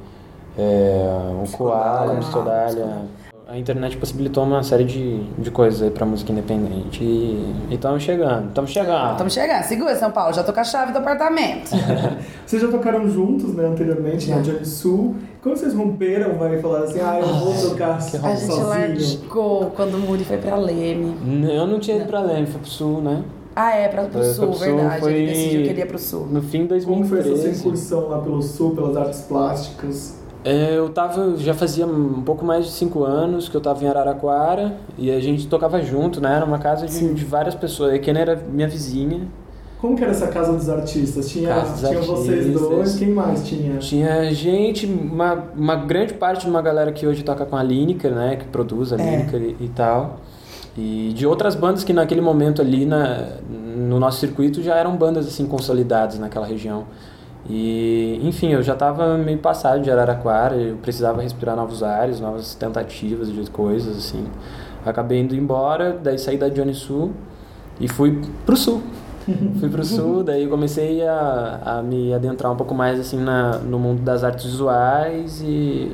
o Koala, o Stodália. A internet possibilitou uma série de coisas aí pra música independente e estamos chegando. Estamos chegando, segura São Paulo, já tô com a chave do apartamento. Vocês já tocaram juntos, né, anteriormente, na Johnny Sul. Quando vocês romperam, vai falar assim, eu vou tocar A gente sozinho. largou quando o Muri foi pra Leme. Eu não tinha ido pra Leme, foi pro Sul, né? Pro Sul, verdade. Foi Ele decidiu que ele ia pro Sul. No fim de 2013. Como foi essa sua incursão lá pelo Sul, pelas artes plásticas? Já fazia um pouco mais de 5 anos que eu tava em Araraquara e a gente tocava junto, né? Era uma casa de várias pessoas. A Equiana era minha vizinha. Como que era essa casa dos artistas? Tinham vocês dois, quem mais tinha? Tinha gente, uma grande parte de uma galera que hoje toca com a Lineker, né? Que produz a Lineker e tal. E de outras bandas que naquele momento ali no nosso circuito já eram bandas assim consolidadas naquela região. E, enfim, eu já estava meio passado de Araraquara, eu precisava respirar novos ares, novas tentativas de coisas, assim. Acabei indo embora, daí saí da Johnny Sul e fui pro Sul. Daí eu comecei a me adentrar um pouco mais, assim, no mundo das artes visuais e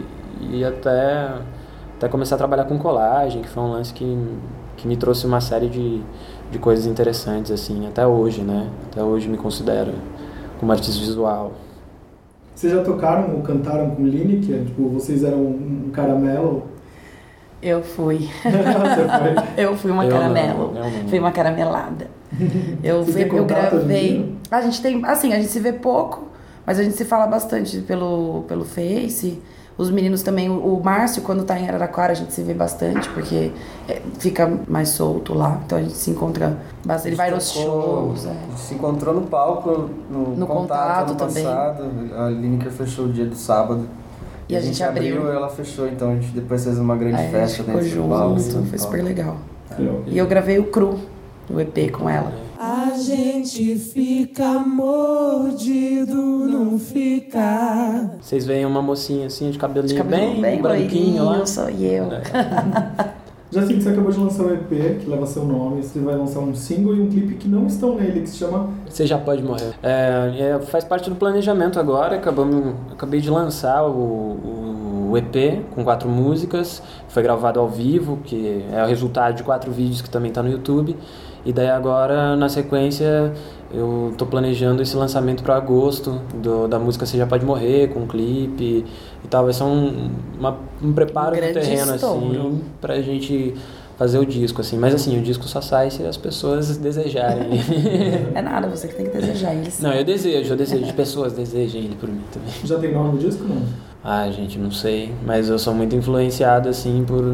até começar a trabalhar com colagem, que foi um lance que me trouxe uma série de coisas interessantes, assim, até hoje, né? Até hoje me considero como artista visual. Vocês já tocaram ou cantaram com Lineker? Tipo, vocês eram um caramelo? Eu fui. Você foi? Eu fui uma caramelo. Fui uma caramelada. Eu gravei. A gente se vê pouco, mas a gente se fala bastante pelo Face. Os meninos também, o Márcio, quando tá em Araraquara, a gente se vê bastante, porque fica mais solto lá, então a gente se encontra bastante. Ele vai nos shows. A gente se encontrou no palco, no Contato ano também. Passado. A Lineker fechou o dia do sábado. E a gente abriu. Ela fechou, então a gente depois fez uma grande festa dentro do palco. Foi super legal. E eu gravei o Cru, o EP com ela. A A gente fica mordido, não fica. Vocês veem uma mocinha assim, de cabelinho, Cabelinho bem branquinho lá. loirinho, sou eu. Jacinto, você acabou de lançar um EP que leva seu nome, você vai lançar um single e um clipe que não estão nele, que se chama... Você já pode morrer. Faz parte do planejamento agora, acabei de lançar o EP com 4 músicas, foi gravado ao vivo, que é o resultado de 4 vídeos que também está no YouTube. E daí agora, na sequência, eu tô planejando esse lançamento para agosto da música Você Já Pode Morrer, com um clipe e tal. Vai ser um preparo do terreno, assim, pra gente fazer o disco, assim. Mas assim, o disco só sai se as pessoas desejarem. É nada, você que tem que desejar eles. Não, eu desejo de pessoas desejem ele por mim também. Já tem nome no disco, não? Ah, gente, não sei. Mas eu sou muito influenciado, assim, por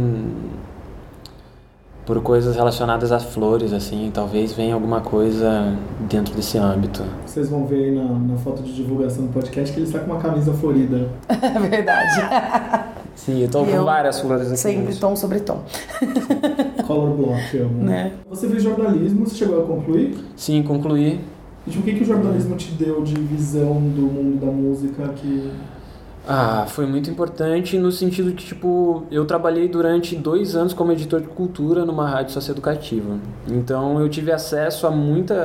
coisas relacionadas às flores, assim, talvez venha alguma coisa dentro desse âmbito. Vocês vão ver aí na foto de divulgação do podcast que ele está com uma camisa florida. É verdade. Sim, eu tô com várias flores aqui. Sempre tom sobre tom. Color block, amo. Né? Você fez jornalismo, você chegou a concluir? Sim, concluí. E o que o jornalismo te deu de visão do mundo da música que... Foi muito importante no sentido que, tipo, eu trabalhei durante 2 anos como editor de cultura numa rádio socioeducativa. Então eu tive acesso a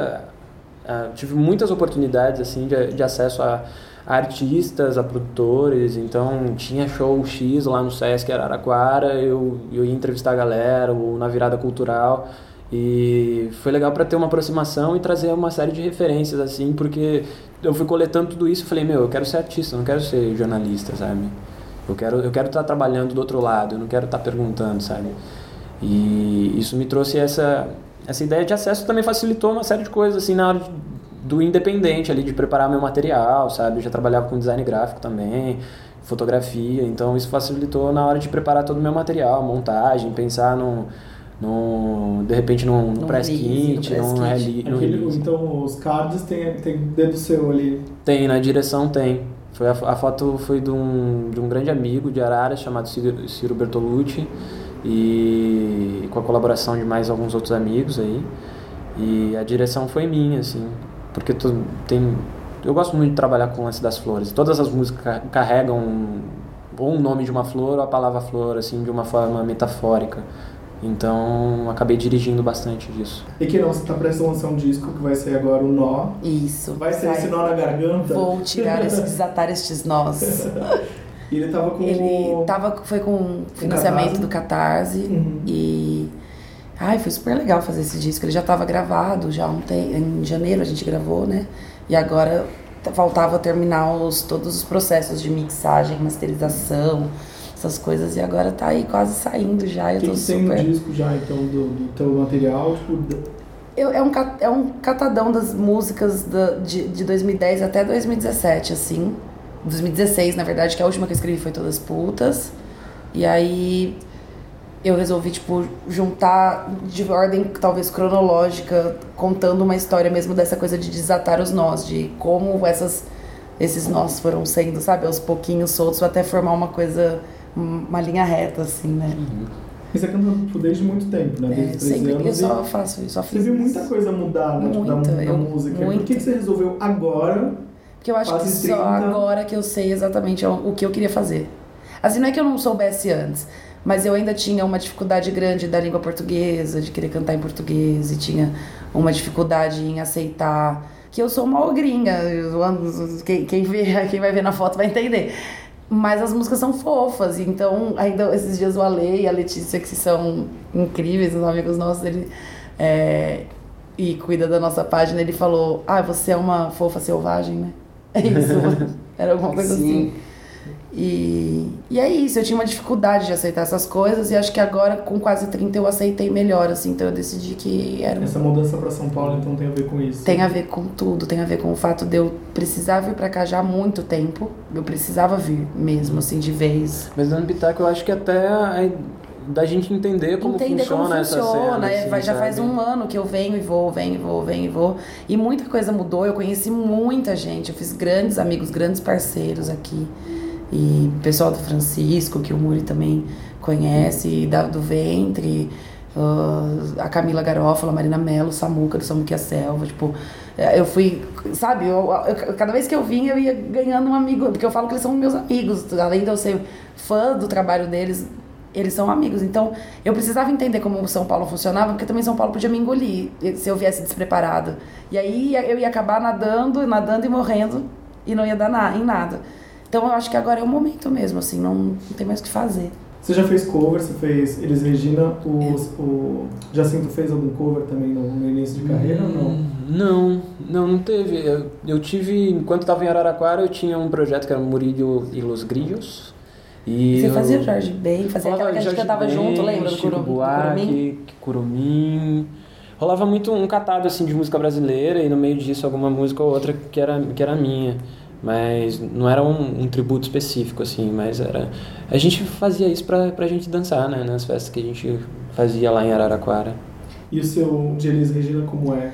tive muitas oportunidades, assim, de acesso a artistas, a produtores. Então tinha show X lá no Sesc Araraquara, eu ia entrevistar a galera, ou na virada cultural. E foi legal para ter uma aproximação e trazer uma série de referências, assim, porque eu fui coletando tudo isso e falei, eu quero ser artista, eu não quero ser jornalista, sabe? Eu quero estar trabalhando do outro lado, eu não quero estar perguntando, sabe? E isso me trouxe essa ideia de acesso, também facilitou uma série de coisas, assim, na hora do independente ali, de preparar meu material, sabe? Eu já trabalhava com design gráfico também, fotografia, então isso facilitou na hora de preparar todo o meu material, montagem, pensar de repente num press kit, num release. Então os cards tem dedo seu ali? Tem, na direção tem. A foto foi de um grande amigo de Araras chamado Ciro Bertolucci, e com a colaboração de mais alguns outros amigos aí. E a direção foi minha, assim, porque eu gosto muito de trabalhar com o lance das flores. Todas as músicas carregam ou um nome de uma flor ou a palavra flor, assim, de uma forma metafórica. Então, acabei dirigindo bastante disso. E que não, você tá prestes a lançar um disco que vai ser agora o Nó. Isso. Vai ser esse nó na garganta? Vou desatar estes nós. E ele tava foi com financiamento do Catarse. E... foi super legal fazer esse disco. Ele já tava gravado, em janeiro a gente gravou, né? E agora faltava terminar todos os processos de mixagem, masterização, essas coisas, e agora tá aí quase saindo já. Eu tô super... Tem um disco já, então, do teu material? É um catadão das músicas de 2010 até 2017, assim. 2016, na verdade, que a última que eu escrevi foi Todas Putas. E aí eu resolvi, juntar de ordem talvez cronológica, contando uma história mesmo dessa coisa de desatar os nós, de como esses nós foram sendo, sabe, aos pouquinhos soltos, até formar uma linha reta, assim, né? E você canta desde muito tempo, né? Desde 13 anos. Eu só fiz. Você viu muita coisa mudar, né? Da música. Por que você resolveu agora? Porque eu acho que só agora que eu sei exatamente o que eu queria fazer. Assim, não é que eu não soubesse antes, mas eu ainda tinha uma dificuldade grande da língua portuguesa, de querer cantar em português, e tinha uma dificuldade em aceitar que eu sou uma ogrinha. Quem vai ver na foto vai entender. Mas as músicas são fofas, então ainda esses dias o Ale e a Letícia, que são incríveis, os amigos nossos, e cuida da nossa página, ele falou, você é uma fofa selvagem, né? É isso, era alguma coisa assim. E é isso, eu tinha uma dificuldade de aceitar essas coisas, e acho que agora, com quase 30, eu aceitei melhor, assim, então eu decidi que era... Essa mudança pra São Paulo, então, tem a ver com isso? Tem a ver com tudo, tem a ver com o fato de eu precisar vir pra cá já há muito tempo, eu precisava vir mesmo, assim, de vez. Mas dando pitaco, eu acho que até da gente entender como funciona essa cena. Assim, já faz um ano que eu venho e vou. E muita coisa mudou, eu conheci muita gente, eu fiz grandes amigos, grandes parceiros aqui. E o pessoal do Francisco, que o Muri também conhece, do Ventre, a Camila Garófalo, a Marina Mello, Samuca, do Samuca e a Selva, tipo, eu fui, sabe, cada vez que eu vinha eu ia ganhando um amigo, porque eu falo que eles são meus amigos, além de eu ser fã do trabalho deles, eles são amigos, então eu precisava entender como o São Paulo funcionava, porque também São Paulo podia me engolir se eu viesse despreparado, e aí eu ia acabar nadando e morrendo e não ia dar em nada. Então eu acho que agora é o momento mesmo, assim, não tem mais o que fazer. Você já fez cover, você fez Elis Regina, o Jacinto fez algum cover também no início de carreira ou não? Não teve. Eu tive, enquanto estava em Araraquara, eu tinha um projeto que era Murillo e Los Grillos. E você fazia o Jorge Ben, fazia aquela que a gente cantava junto, lembra? Do Chico Buarque, Curumim. Rolava muito um catado assim, de música brasileira e no meio disso alguma música ou outra que era minha. Mas não era um tributo específico, assim, mas era... A gente fazia isso pra gente dançar, né? Nas festas que a gente fazia lá em Araraquara. E o seu de Elis Regina, como é?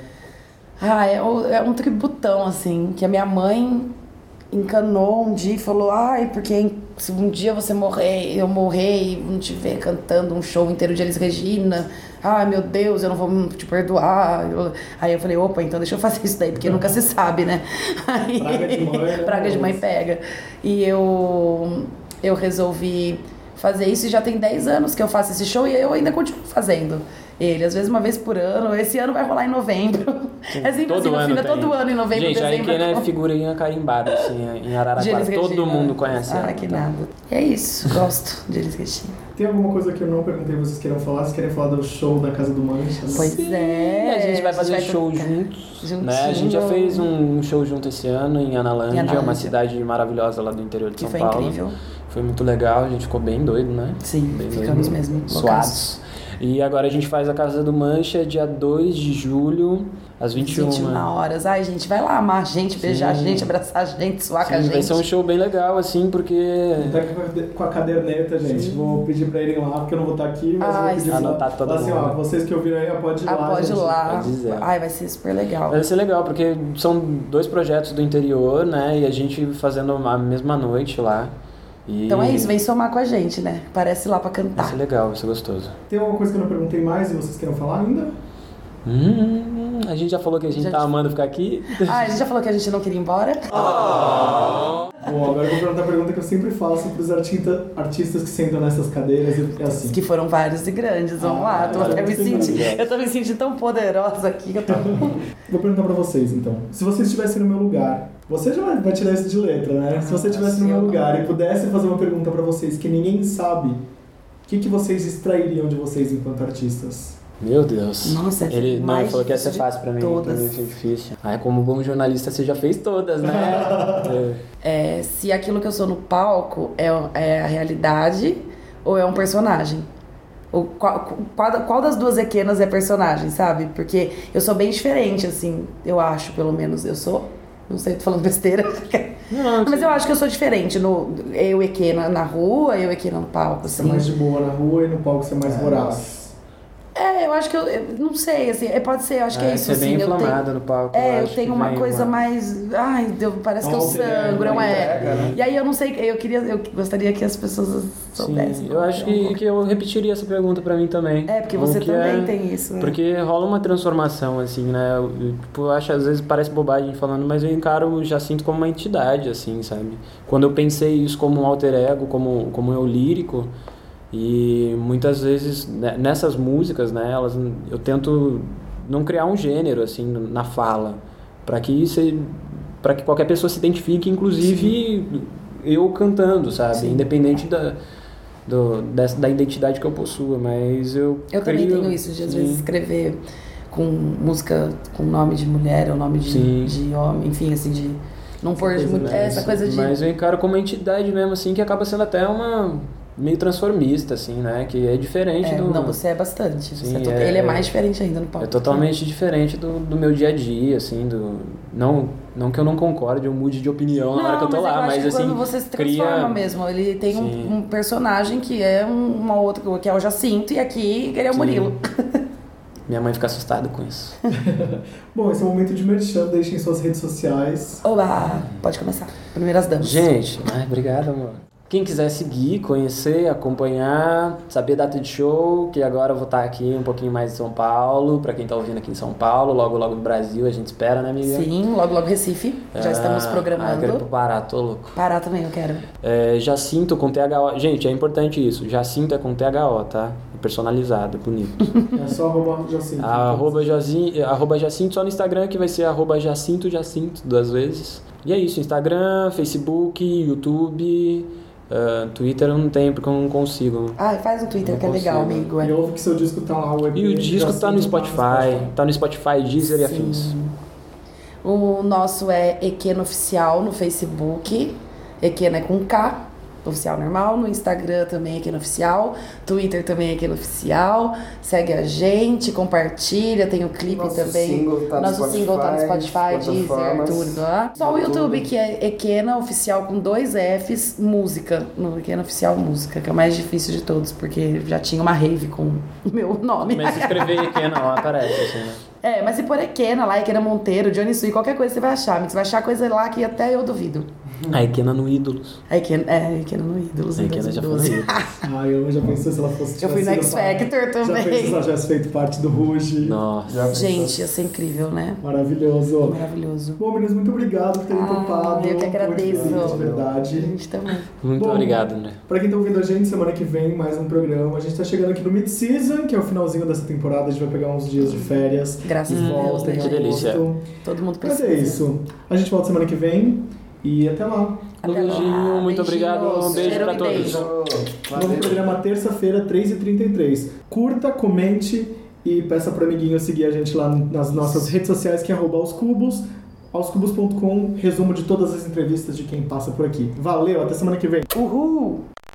É um tributão, assim, que a minha mãe encanou um dia e falou, porque se um dia você morrer, eu morrer e não te ver cantando um show inteiro de Elis Regina, meu Deus, eu não vou te perdoar. Aí eu falei, opa, então deixa eu fazer isso daí, porque nunca se sabe, né? Aí, praga de mãe pega. E eu resolvi fazer isso e já tem 10 anos que eu faço esse show e eu ainda continuo fazendo ele, às vezes uma vez por ano. Esse ano vai rolar em novembro. É sempre assim, meu filho, é todo ano em novembro, gente, dezembro. Gente, aí que é figurinha carimbada, assim, em Araraquara, todo mundo conhece ela. Que nada. É isso, gosto de Elis Regina. Tem alguma coisa que eu não perguntei vocês queiram falar? Vocês querem falar do show da Casa do Mancha? Pois é. A gente vai fazer show juntos, né? A gente já fez um show junto esse ano em Analândia, uma cidade maravilhosa lá do interior de São Paulo. Foi incrível. Foi muito legal, a gente ficou bem doido, né? Sim, bem ficamos doido, mesmo suados. E agora a gente faz a Casa do Mancha dia 2 de julho, às 21 horas. Ai, gente, vai lá amar a gente, beijar a gente, abraçar a gente, suar com a gente. Vai ser um show bem legal, assim, porque... Com a caderneta, gente. Sim. Vou pedir pra irem lá, porque eu não vou estar aqui, mas vou pedir anotar todo mundo. Assim, vocês que ouviram aí, pode ir lá. Pode ir lá. Pode dizer. Ai, vai ser super legal. Vai ser legal, porque são 2 projetos do interior, né? E a gente fazendo a mesma noite lá. Então é isso, vem somar com a gente, né? Parece lá pra cantar. Vai ser legal, vai ser gostoso. Tem alguma coisa que eu não perguntei mais e vocês querem falar ainda? A gente já falou que a gente tá amando ficar aqui. A gente já falou que a gente não queria ir embora. Bom, agora eu vou perguntar a pergunta que eu sempre faço pros artistas que sentam nessas cadeiras e assim. Que foram vários e grandes, vamos lá. Eu tô me sentindo tão poderosa aqui que eu tô... Vou perguntar pra vocês, então. Se vocês estivessem no meu lugar, você já vai tirar isso de letra, né? Se você estivesse no meu lugar e pudesse fazer uma pergunta pra vocês que ninguém sabe, o que vocês extrairiam de vocês enquanto artistas? Meu Deus. Nossa, ele falou que ia ser fácil pra mim, pra mim foi difícil. Como bom jornalista você já fez todas, né? Se aquilo que eu sou no palco é a realidade ou é um personagem? Ou qual das duas equenas é personagem, sabe? Porque eu sou bem diferente, assim, eu acho, pelo menos. Eu sou? Não sei, tô falando besteira. Não, mas eu acho que eu sou diferente. Eu equena na rua, eu equena no palco, assim. Você é mais de boa na rua e no palco você é mais voraz. Eu acho que eu não sei, assim, pode ser, eu acho que é isso, você assim. Você é bem inflamada no palco. Eu tenho uma coisa mais... parece que eu sangro, né? E aí eu não sei, eu gostaria que as pessoas soubessem. Sim, eu acho que eu repetiria essa pergunta pra mim também. Porque você também tem isso, né? Porque rola uma transformação, assim, né? Eu acho, às vezes parece bobagem falando, mas eu encaro, já sinto como uma entidade, assim, sabe? Quando eu pensei isso como um alter ego, como eu lírico... E muitas vezes nessas músicas, né, eu tento não criar um gênero assim na fala, para que qualquer pessoa se identifique, inclusive Sim. eu cantando, sabe, Sim. independente da identidade que eu possua, mas eu também tenho isso de às vezes escrever com música com nome de mulher ou nome de homem, enfim, assim, de não pôr muito essa coisa de... Mas eu encaro como uma entidade mesmo, assim, que acaba sendo até meio transformista, assim, né? Que é diferente do... Não, você é bastante. Sim, ele é mais diferente ainda no palco. É totalmente diferente do meu dia a dia, assim, não que eu não concorde, eu mude de opinião na hora que eu tô lá, mas assim... quando você se transforma mesmo, ele tem um personagem que é uma outra, que é o Jacinto, e aqui ele é o Murilo. Minha mãe fica assustada com isso. Bom, esse é o momento de merchan, deixem suas redes sociais. Olá, pode começar. Primeiras damas. Gente, obrigado, amor. Quem quiser seguir, conhecer, acompanhar, saber data de show, que agora eu vou estar aqui um pouquinho mais em São Paulo, pra quem tá ouvindo aqui em São Paulo, logo no Brasil, a gente espera, né, amiga? Sim, logo Recife, já estamos programando. Eu quero ir pro Pará, tô louco. Pará também eu quero. Jacinto com THO. Gente, é importante isso, Jacinto é com THO, tá? Personalizado, bonito. É só arroba Jacinto. Arroba Jacinto só no Instagram, que vai ser arroba Jacinto 2 vezes. E é isso, Instagram, Facebook, YouTube... Twitter eu não tenho porque eu não consigo. Faz um Twitter que é legal, amigo. E ouve que seu disco tá lá, E o disco tá no Spotify. Tá no Spotify, Deezer e afins. O nosso é Equena Oficial no Facebook. Equena é com K, oficial normal. No Instagram também Equena Oficial. Twitter também Equena Oficial. Segue a gente, compartilha. Tem o clipe Nosso também. Single tá Nosso single tá no Spotify, Deezer, tudo lá. Só o YouTube, que é Equena Oficial com 2 Fs, música. No Equena Oficial Música, que é o mais difícil de todos, porque já tinha uma rave com o meu nome. Mas se escrever Equena lá, aparece assim, né? Mas se pôr Equena lá, Equena Monteiro, Johnny Sui, qualquer coisa você vai achar. Você vai achar coisa lá que até eu duvido. A Equena no Ídolos. Equena no Ídolos. A Equena já foi no Ídolos. Eu já pensei se ela fosse... Eu fui no X Factor também. Já pensei se ela tivesse feito parte do Ruge. Nossa. Gente, ia ser incrível, né? Maravilhoso. Maravilhoso. Bom, meninas, muito obrigado por terem topado. Eu que agradeço. De verdade. A gente também. Muito obrigado, André. Pra quem tá ouvindo a gente, semana que vem, mais um programa. A gente tá chegando aqui no Mid-Season, que é o finalzinho dessa temporada. A gente vai pegar uns dias de férias. Graças a Deus, né? Que delícia. Todo mundo Mas precisa. é isso. A gente volta semana que vem e até lá. Beijinho, muito obrigado. Um beijo pra todos. Novo programa terça-feira, 3h33. Curta, comente e peça pro amiguinho seguir a gente lá nas nossas redes sociais, que é @aoscubos, aoscubos.com, resumo de todas as entrevistas de quem passa por aqui. Valeu, até semana que vem. Uhul!